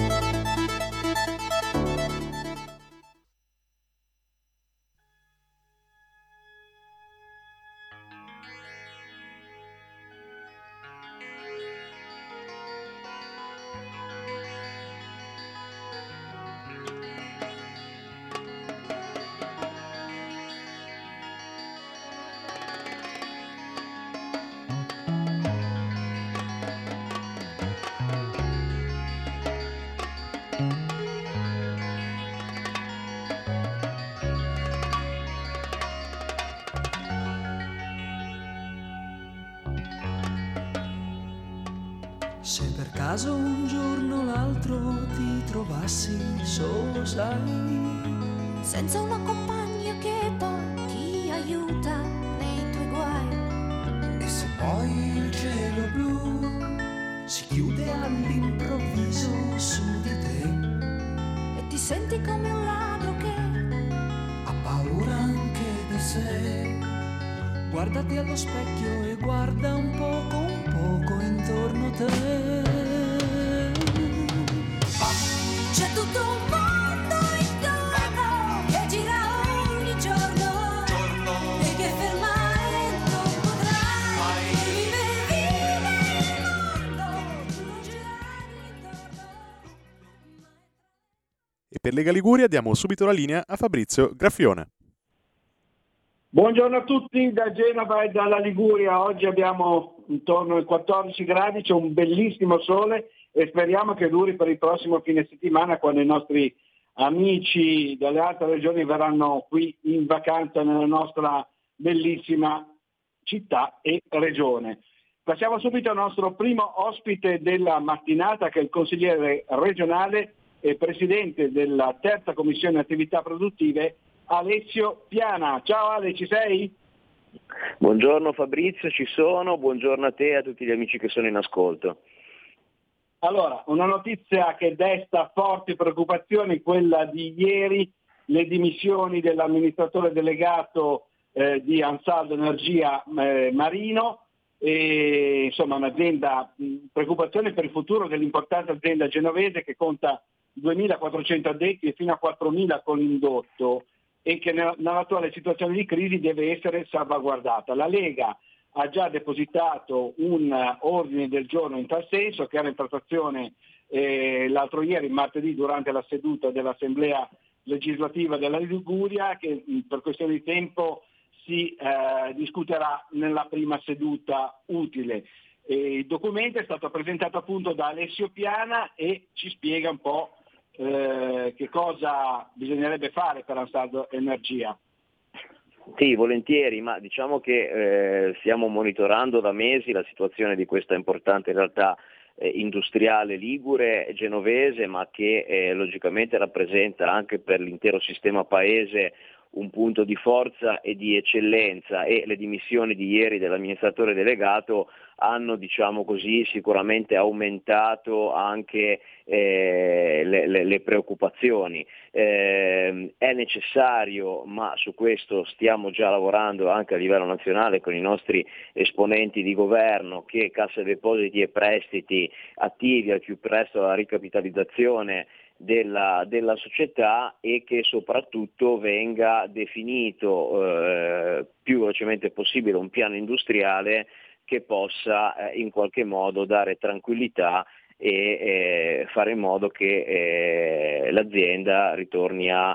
Se per caso un giorno o l'altro ti trovassi solo, sai, senza una compagna che poi ti aiuta nei tuoi guai, e se poi il cielo blu si chiude all'improvviso su di te e ti senti come un ladro che ha paura anche di sé, guardati allo specchio e guarda un poco intorno a te. C'è tutto un mondo intorno che gira ogni giorno e che fermare non potrai. Vive il mondo, tu non girare intorno. E per Lega Liguria diamo subito la linea a Fabrizio Graffione. Buongiorno a tutti da Genova e dalla Liguria. Oggi abbiamo intorno ai 14 gradi, c'è un bellissimo sole e speriamo che duri per il prossimo fine settimana, quando i nostri amici dalle altre regioni verranno qui in vacanza nella nostra bellissima città e regione. Passiamo subito al nostro primo ospite della mattinata, che è il consigliere regionale e presidente della terza commissione attività produttive, Alessio Piana. Ciao Ale, ci sei? Buongiorno Fabrizio, ci sono, buongiorno a te e a tutti gli amici che sono in ascolto. Allora, una notizia che desta forti preoccupazioni, quella di ieri, le dimissioni dell'amministratore delegato di Ansaldo Energia Marino, e, insomma un'azienda, preoccupazione per il futuro dell'importante azienda genovese che conta 2.400 addetti e fino a 4.000 con l'indotto, e che nell'attuale situazione di crisi deve essere salvaguardata. La Lega ha già depositato un ordine del giorno in tal senso, che era in trattazione l'altro ieri, martedì, durante la seduta dell'Assemblea legislativa della Liguria, che per questione di tempo si discuterà nella prima seduta utile. Il documento è stato presentato appunto da Alessio Piana e ci spiega un po' che cosa bisognerebbe fare per Ansaldo Energia. Sì, volentieri, ma diciamo che stiamo monitorando da mesi la situazione di questa importante realtà industriale ligure e genovese, ma che logicamente rappresenta anche per l'intero sistema paese un punto di forza e di eccellenza, e le dimissioni di ieri dell'amministratore delegato hanno, diciamo così, sicuramente aumentato anche le preoccupazioni. È necessario, ma su questo stiamo già lavorando anche a livello nazionale con i nostri esponenti di governo, che Cassa Depositi e Prestiti attivi al più presto la ricapitalizzazione della società, e che soprattutto venga definito più velocemente possibile un piano industriale che possa in qualche modo dare tranquillità e fare in modo che l'azienda ritorni a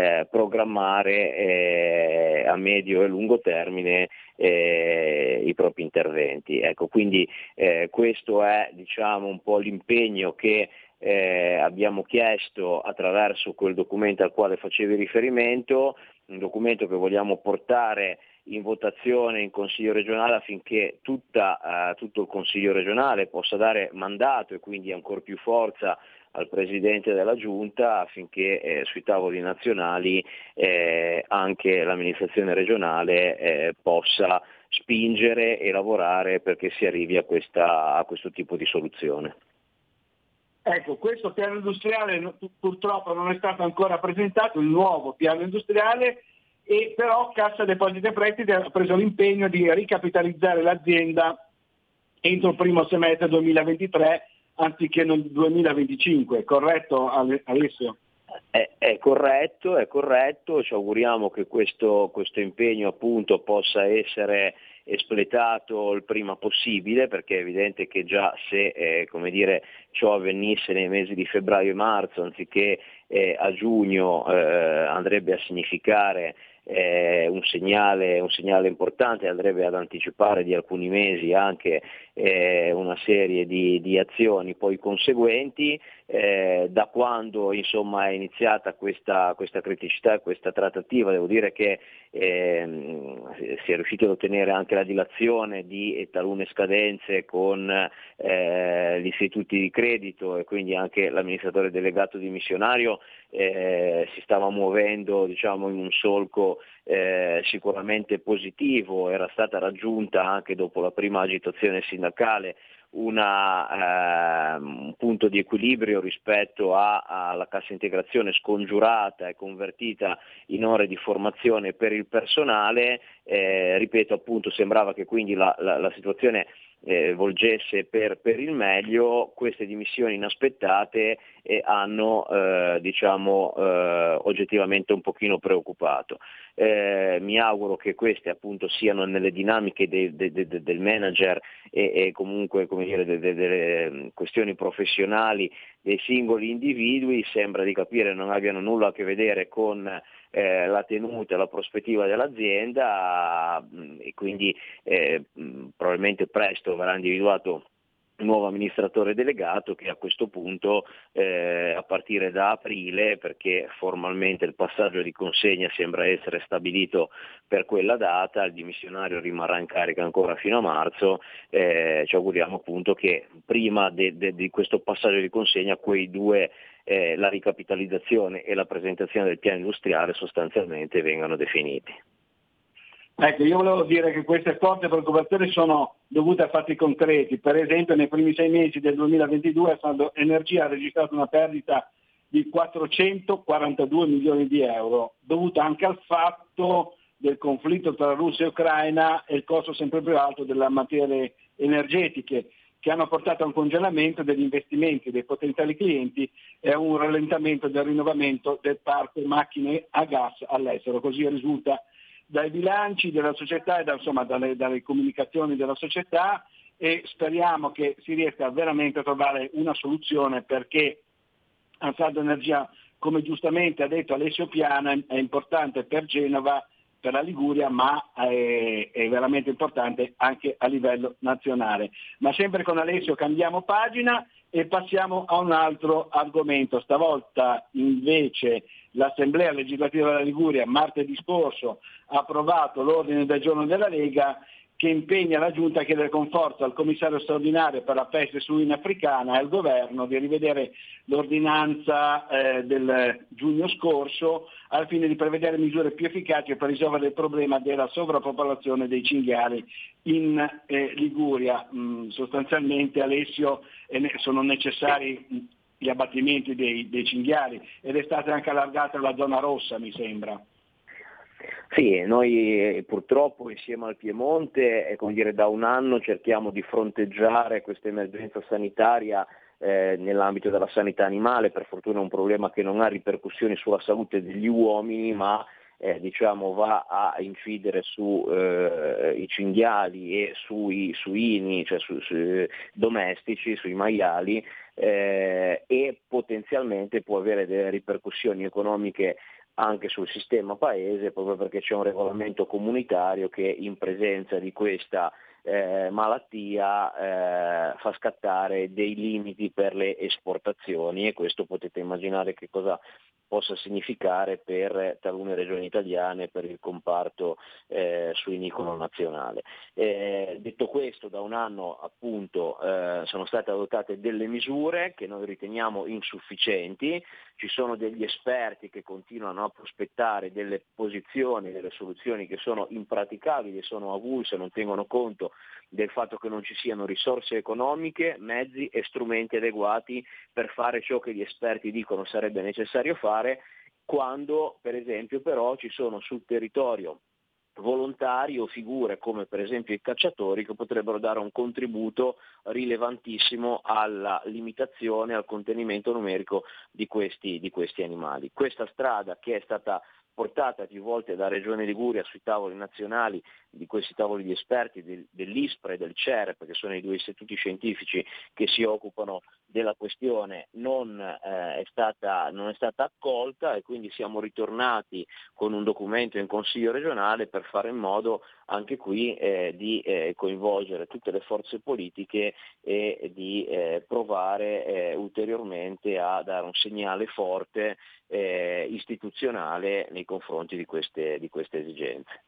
programmare a medio e lungo termine i propri interventi. Ecco, quindi questo è, diciamo, un po' l'impegno che abbiamo chiesto attraverso quel documento al quale facevi riferimento, un documento che vogliamo portare in votazione in Consiglio regionale affinché tutto il Consiglio regionale possa dare mandato e quindi ancor più forza al Presidente della Giunta affinché sui tavoli nazionali anche l'amministrazione regionale possa spingere e lavorare perché si arrivi a questo tipo di soluzione. Ecco, questo piano industriale purtroppo non è stato ancora presentato, il nuovo piano industriale, e però Cassa Depositi e Prestiti ha preso l'impegno di ricapitalizzare l'azienda entro il primo semestre 2023 anziché nel 2025, corretto Alessio? È corretto, ci auguriamo che questo impegno appunto possa essere espletato il prima possibile, perché è evidente che già se ciò avvenisse nei mesi di febbraio e marzo anziché a giugno andrebbe a significare un segnale importante, andrebbe ad anticipare di alcuni mesi anche una serie di azioni poi conseguenti. Da quando insomma è iniziata questa criticità e questa trattativa, devo dire che si è riusciti ad ottenere anche la dilazione di talune scadenze con gli istituti di credito, e quindi anche l'amministratore delegato dimissionario si stava muovendo, diciamo, in un solco sicuramente positivo. Era stata raggiunta anche dopo la prima agitazione sindacale un punto di equilibrio rispetto alla cassa integrazione scongiurata e convertita in ore di formazione per il personale. Ripeto, appunto, sembrava che quindi la situazione volgesse per il meglio. Queste dimissioni inaspettate hanno oggettivamente un pochino preoccupato. Mi auguro che queste appunto siano nelle dinamiche del manager e comunque, come dire, delle questioni professionali dei singoli individui. Sembra di capire non abbiano nulla a che vedere con la tenuta e la prospettiva dell'azienda, e quindi probabilmente presto verrà individuato un nuovo amministratore delegato che a questo punto a partire da aprile, perché formalmente il passaggio di consegna sembra essere stabilito per quella data, il dimissionario rimarrà in carica ancora fino a marzo. Ci auguriamo appunto che prima di questo passaggio di consegna quei due, la ricapitalizzazione e la presentazione del piano industriale, sostanzialmente vengano definiti. Ecco, io volevo dire che queste forti preoccupazioni sono dovute a fatti concreti. Per esempio, nei primi 6 mesi del 2022 Saldo Energia ha registrato una perdita di 442 milioni di euro, dovuta anche al fatto del conflitto tra Russia e Ucraina e il costo sempre più alto delle materie energetiche, che hanno portato a un congelamento degli investimenti dei potenziali clienti e a un rallentamento del rinnovamento del parco macchine a gas all'estero. Così risulta dai bilanci della società e dalle comunicazioni della società, e speriamo che si riesca veramente a trovare una soluzione, perché Ansaldo Energia, come giustamente ha detto Alessio Piana, è importante per Genova, per la Liguria, ma è veramente importante anche a livello nazionale. Ma sempre con Alessio cambiamo pagina e passiamo a un altro argomento. Stavolta invece l'Assemblea legislativa della Liguria martedì scorso ha approvato l'ordine del giorno della Lega che impegna la Giunta a chiedere con forza al commissario straordinario per la peste suina africana e al governo di rivedere l'ordinanza del giugno scorso al fine di prevedere misure più efficaci per risolvere il problema della sovrappopolazione dei cinghiali in Liguria. Sostanzialmente, Alessio, sono necessari gli abbattimenti dei cinghiali ed è stata anche allargata la zona rossa, mi sembra. Sì, noi purtroppo insieme al Piemonte, da un anno cerchiamo di fronteggiare questa emergenza sanitaria nell'ambito della sanità animale. Per fortuna è un problema che non ha ripercussioni sulla salute degli uomini, ma va a incidere su i cinghiali e sui suini, cioè sui domestici, sui maiali, e potenzialmente può avere delle ripercussioni economiche anche sul sistema paese, proprio perché c'è un regolamento comunitario che in presenza di questa malattia fa scattare dei limiti per le esportazioni, e questo potete immaginare che cosa possa significare per talune regioni italiane, per il comparto suinicolo nazionale. Detto questo, da un anno appunto sono state adottate delle misure che noi riteniamo insufficienti. Ci sono degli esperti che continuano a prospettare delle posizioni, delle soluzioni che sono impraticabili, sono avulse, non tengono conto del fatto che non ci siano risorse economiche, mezzi e strumenti adeguati per fare ciò che gli esperti dicono sarebbe necessario fare, quando per esempio però ci sono sul territorio volontari o figure come per esempio i cacciatori che potrebbero dare un contributo rilevantissimo alla limitazione, al contenimento numerico di questi animali. Questa strada, che è stata portata più volte da Regione Liguria sui tavoli nazionali, di questi tavoli di esperti dell'ISPRA e del CERP, che sono i due istituti scientifici che si occupano della questione, non è stata accolta, e quindi siamo ritornati con un documento in Consiglio regionale per fare in modo anche qui di coinvolgere tutte le forze politiche e di provare ulteriormente a dare un segnale forte istituzionale nei confronti di queste esigenze.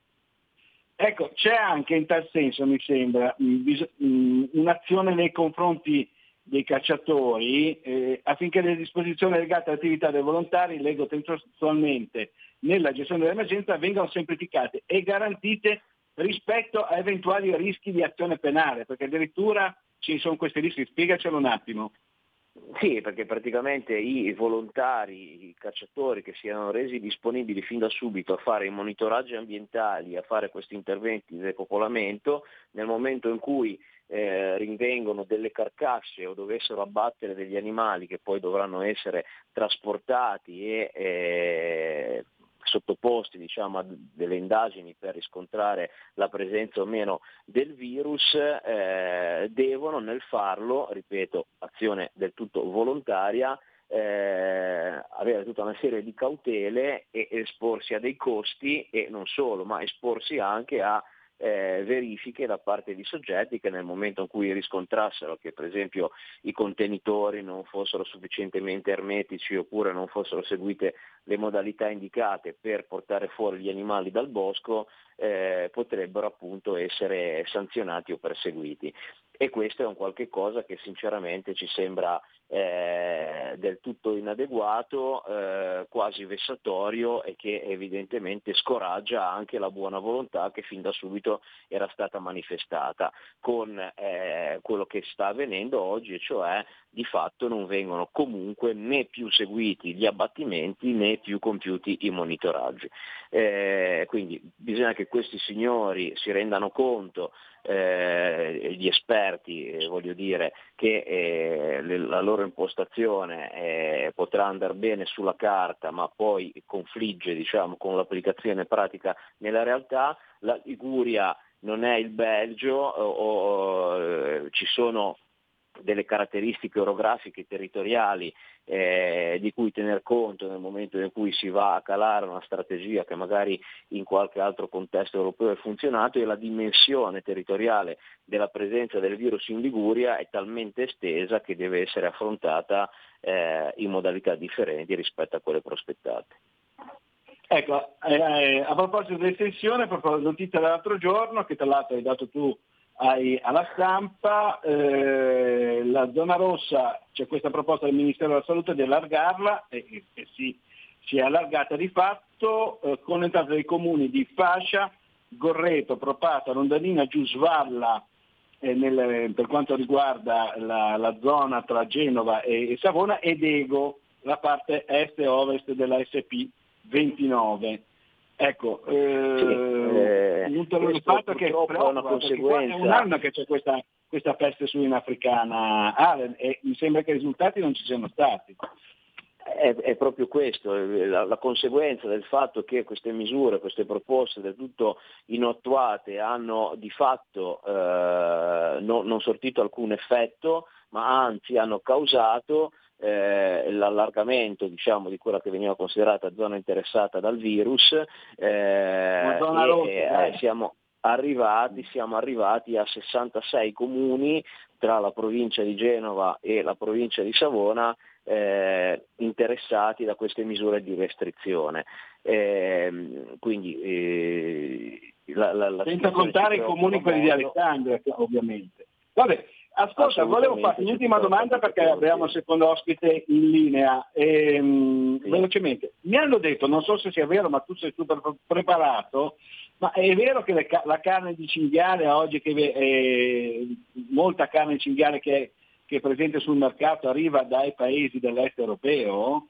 Ecco, c'è anche in tal senso, mi sembra, un'azione nei confronti dei cacciatori affinché le disposizioni legate all'attività dei volontari, leggo testualmente, nella gestione dell'emergenza vengano semplificate e garantite rispetto a eventuali rischi di azione penale, perché addirittura ci sono questi rischi. Spiegacelo un attimo. Sì, perché praticamente i volontari, i cacciatori che si erano resi disponibili fin da subito a fare i monitoraggi ambientali, a fare questi interventi di depopolamento, nel momento in cui rinvengono delle carcasse o dovessero abbattere degli animali che poi dovranno essere trasportati e sottoposti a delle indagini per riscontrare la presenza o meno del virus, devono nel farlo, ripeto, azione del tutto volontaria, avere tutta una serie di cautele e esporsi a dei costi, e non solo, ma esporsi anche a verifiche da parte di soggetti che nel momento in cui riscontrassero che per esempio i contenitori non fossero sufficientemente ermetici oppure non fossero seguite le modalità indicate per portare fuori gli animali dal bosco, potrebbero appunto essere sanzionati o perseguiti. E questo è un qualche cosa che sinceramente ci sembra del tutto inadeguato, quasi vessatorio, e che evidentemente scoraggia anche la buona volontà che fin da subito era stata manifestata con quello che sta avvenendo oggi, e cioè di fatto non vengono comunque né più seguiti gli abbattimenti né più compiuti i monitoraggi. Quindi bisogna che questi signori si rendano conto, gli esperti, voglio dire, che la loro impostazione potrà andare bene sulla carta, ma poi confligge con l'applicazione pratica nella realtà. La Liguria non è il Belgio, ci sono delle caratteristiche orografiche e territoriali di cui tener conto nel momento in cui si va a calare una strategia che magari in qualche altro contesto europeo è funzionato, e la dimensione territoriale della presenza del virus in Liguria è talmente estesa che deve essere affrontata in modalità differenti rispetto a quelle prospettate. Ecco, a proposito dell'estensione, proprio notizia dell'altro giorno, che tra l'altro hai dato tu alla stampa, la zona rossa, c'è questa proposta del Ministero della Salute di allargarla, e si è allargata di fatto, con l'entrata dei comuni di Fascia, Gorreto, Propata, Rondalina, Giusvalla, per quanto riguarda la zona tra Genova e Savona, ed Ego, la parte est e ovest della SP 29. Ecco, un fatto che preoccupa, una conseguenza. È un anno che c'è questa peste suina africana, e mi sembra che i risultati non ci siano stati. È proprio questo, la conseguenza del fatto che queste misure, queste proposte del tutto inattuate hanno di fatto non sortito alcun effetto, ma anzi hanno causato l'allargamento, diciamo, di quella che veniva considerata zona interessata dal virus, siamo arrivati a 66 comuni tra la provincia di Genova e la provincia di Savona interessati da queste misure di restrizione. Quindi senza contare i comuni quelli di Alessandria, ovviamente. Vabbè, ascolta, volevo fare un'ultima domanda perché abbiamo il secondo ospite in linea. Velocemente, mi hanno detto, non so se sia vero, ma tu sei super preparato, ma è vero che la carne di cinghiale oggi, molta carne di cinghiale che è presente sul mercato arriva dai paesi dell'est europeo?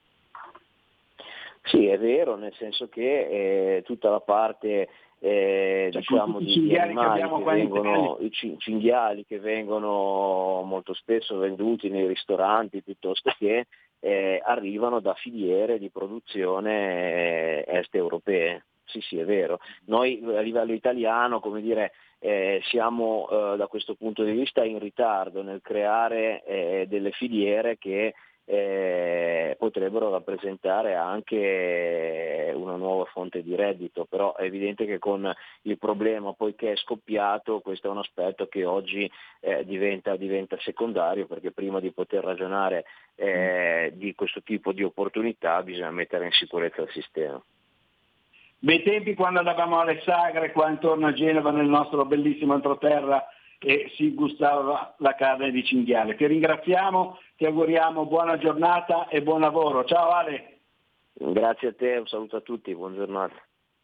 Sì, è vero, nel senso che tutta la parte diciamo di animali che vengono, i cinghiali che vengono molto spesso venduti nei ristoranti piuttosto che arrivano da filiere di produzione est europee. Sì, è vero. Noi a livello italiano, come dire, siamo da questo punto di vista in ritardo nel creare delle filiere che potrebbero rappresentare anche una nuova fonte di reddito, però è evidente che con il problema poi che è scoppiato, questo è un aspetto che oggi diventa secondario, perché prima di poter ragionare di questo tipo di opportunità bisogna mettere in sicurezza il sistema. Bei tempi quando andavamo alle sagre qua intorno a Genova nel nostro bellissimo entroterra e si gustava la carne di cinghiale. Ti ringraziamo, ti auguriamo buona giornata e buon lavoro. Ciao Ale. Grazie a te, un saluto a tutti, buona giornata.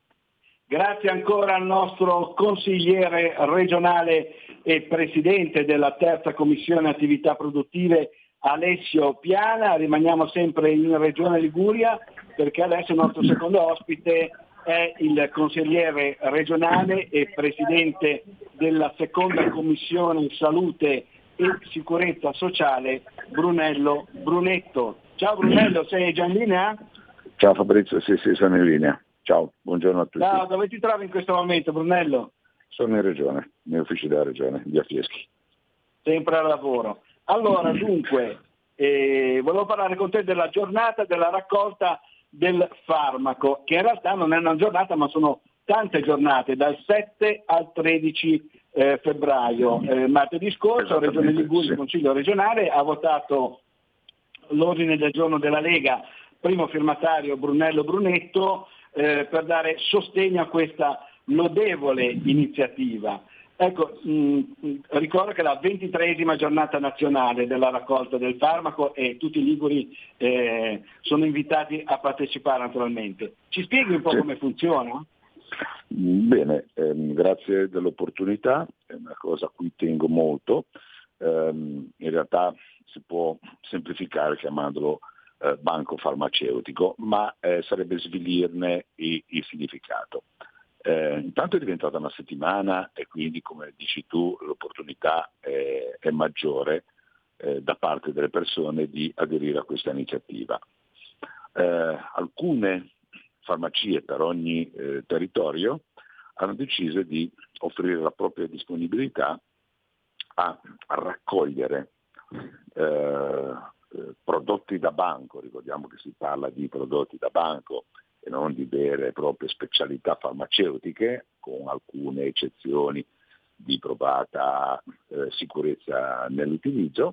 Grazie ancora al nostro consigliere regionale e presidente della terza commissione attività produttive Alessio Piana. Rimaniamo sempre in Regione Liguria perché adesso il nostro secondo ospite è il consigliere regionale e presidente della seconda commissione salute e sicurezza sociale Brunello Brunetto. Ciao Brunello, sei già in linea? Ciao Fabrizio, sì, sono in linea. Ciao, buongiorno a tutti. Ciao, dove ti trovi in questo momento Brunello? Sono in regione, negli uffici della regione, via Fieschi. Sempre al lavoro. Allora, dunque, volevo parlare con te della giornata della raccolta del farmaco, che in realtà non è una giornata ma sono tante giornate, dal 7 al 13 febbraio. Martedì scorso Regione Liguria, il Consiglio regionale ha votato l'ordine del giorno della Lega, primo firmatario Brunello Brunetto, per dare sostegno a questa lodevole iniziativa. Ecco, ricordo che è la 23esima giornata nazionale della raccolta del farmaco e tutti i liguri sono invitati a partecipare naturalmente. Ci spieghi un po' come funziona? Bene, grazie dell'opportunità, è una cosa a cui tengo molto. In realtà si può semplificare chiamandolo banco farmaceutico, ma sarebbe svilirne il significato. Intanto è diventata una settimana e quindi, come dici tu, l'opportunità è maggiore da parte delle persone di aderire a questa iniziativa. Alcune farmacie per ogni territorio hanno deciso di offrire la propria disponibilità a raccogliere prodotti da banco. Ricordiamo che si parla di prodotti da banco e non di vere e proprie specialità farmaceutiche, con alcune eccezioni di provata sicurezza nell'utilizzo,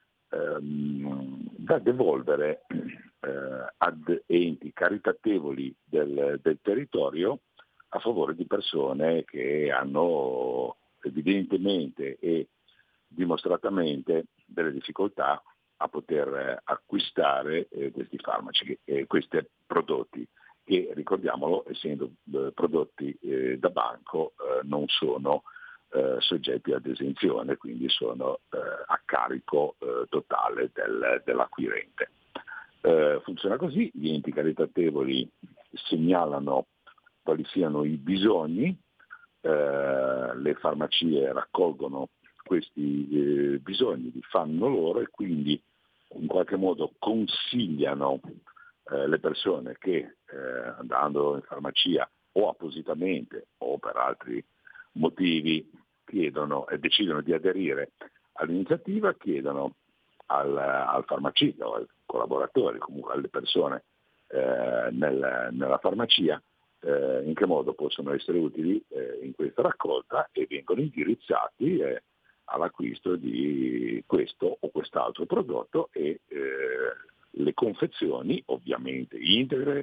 da devolvere ad enti caritatevoli del territorio a favore di persone che hanno evidentemente e dimostratamente delle difficoltà a poter acquistare questi farmaci, questi prodotti che, ricordiamolo, essendo prodotti da banco non sono soggetti ad esenzione, quindi sono a carico totale dell'acquirente. Funziona così, gli enti caritatevoli segnalano quali siano i bisogni, le farmacie raccolgono questi bisogni, li fanno loro e quindi in qualche modo consigliano le persone che andando in farmacia o appositamente o per altri motivi chiedono e decidono di aderire all'iniziativa, chiedono al farmacista o ai collaboratori, comunque alle persone nella farmacia, in che modo possono essere utili in questa raccolta, e vengono indirizzati all'acquisto di questo o quest'altro prodotto, e le confezioni ovviamente integre,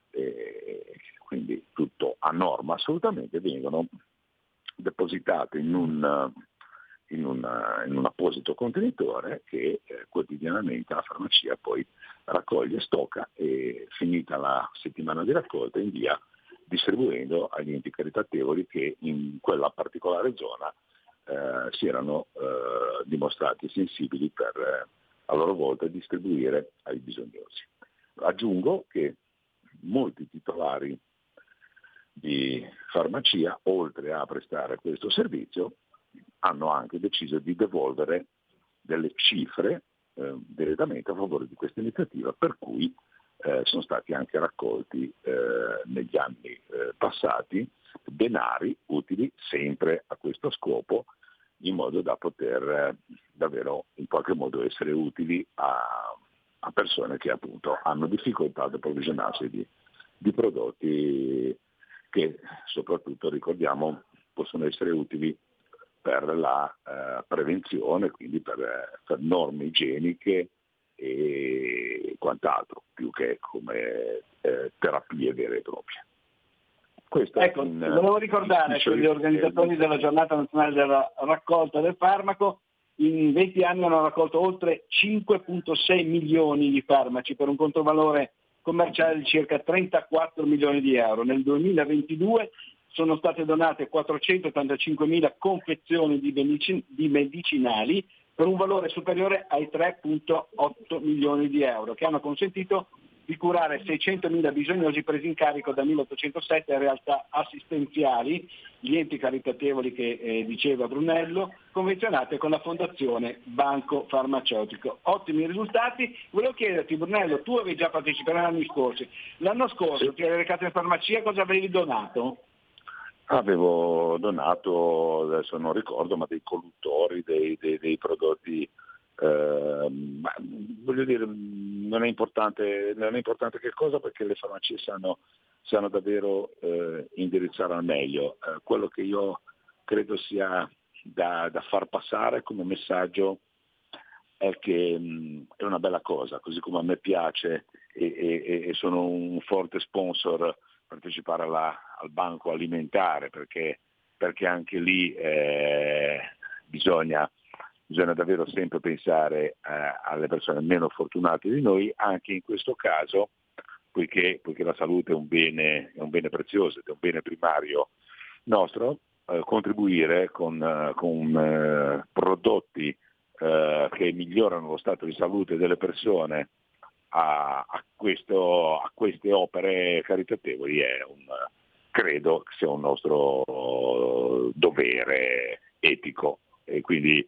quindi tutto a norma assolutamente, vengono depositate in un apposito contenitore che quotidianamente la farmacia poi raccoglie, stocca, e finita la settimana di raccolta invia distribuendo agli enti caritatevoli che in quella particolare zona si erano dimostrati sensibili per a loro volta distribuire ai bisognosi. Aggiungo che molti titolari di farmacia, oltre a prestare questo servizio, hanno anche deciso di devolvere delle cifre direttamente a favore di questa iniziativa, per cui sono stati anche raccolti negli anni passati denari utili sempre a questo scopo, in modo da poter davvero in qualche modo essere utili a persone che appunto hanno difficoltà ad approvvigionarsi di prodotti che soprattutto, ricordiamo, possono essere utili per la prevenzione, quindi per norme igieniche e quant'altro, più che come terapie vere e proprie. Ecco, volevo ricordare che gli organizzatori della giornata nazionale della raccolta del farmaco in 20 anni hanno raccolto oltre 5,6 milioni di farmaci per un controvalore commerciale di circa 34 milioni di euro. Nel 2022 sono state donate 485.000 confezioni di medicinali per un valore superiore ai 3,8 milioni di euro, che hanno consentito di curare 600.000 bisognosi presi in carico da 1.807 realtà assistenziali, gli enti caritatevoli che diceva Brunello, convenzionate con la Fondazione Banco Farmaceutico. Ottimi risultati. Volevo chiederti, Brunello, tu avevi già partecipato negli anni scorsi. L'anno scorso ti eri recato in farmacia, cosa avevi donato? Avevo donato, adesso non ricordo, ma dei colluttori, dei prodotti, ma voglio dire, non è importante che cosa, perché le farmacie sanno davvero indirizzare al meglio. Quello che io credo sia da far passare come messaggio è che è una bella cosa, così come a me piace e sono un forte sponsor partecipare al banco alimentare, perché anche lì bisogna davvero sempre pensare alle persone meno fortunate di noi, anche in questo caso, poiché la salute è un bene prezioso ed è un bene primario nostro, contribuire con prodotti che migliorano lo stato di salute delle persone a queste opere caritatevoli credo che sia un nostro dovere etico, e quindi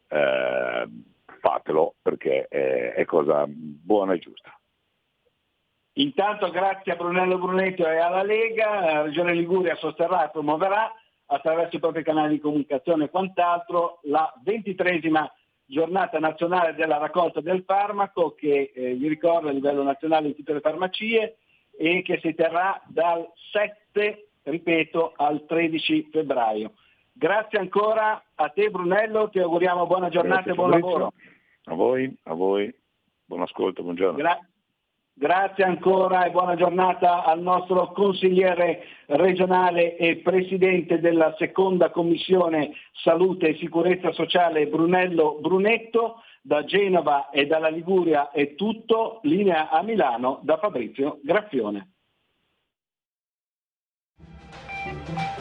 fatelo, perché è cosa buona e giusta. Intanto grazie a Brunello Brunetto e alla Lega, la Regione Liguria sosterrà e promuoverà attraverso i propri canali di comunicazione e quant'altro la 23esima giornata nazionale della raccolta del farmaco, che vi ricordo a livello nazionale in tutte le farmacie, e che si terrà dal 7, ripeto, al 13 febbraio. Grazie ancora a te Brunello, ti auguriamo buona giornata e buon lavoro. A voi, buon ascolto, buongiorno. Grazie ancora e buona giornata al nostro consigliere regionale e presidente della seconda commissione salute e sicurezza sociale Brunello Brunetto. Da Genova e dalla Liguria è tutto, linea a Milano da Fabrizio Graffione.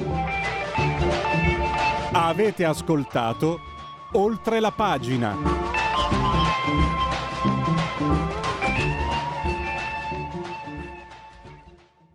Avete ascoltato Oltre la pagina.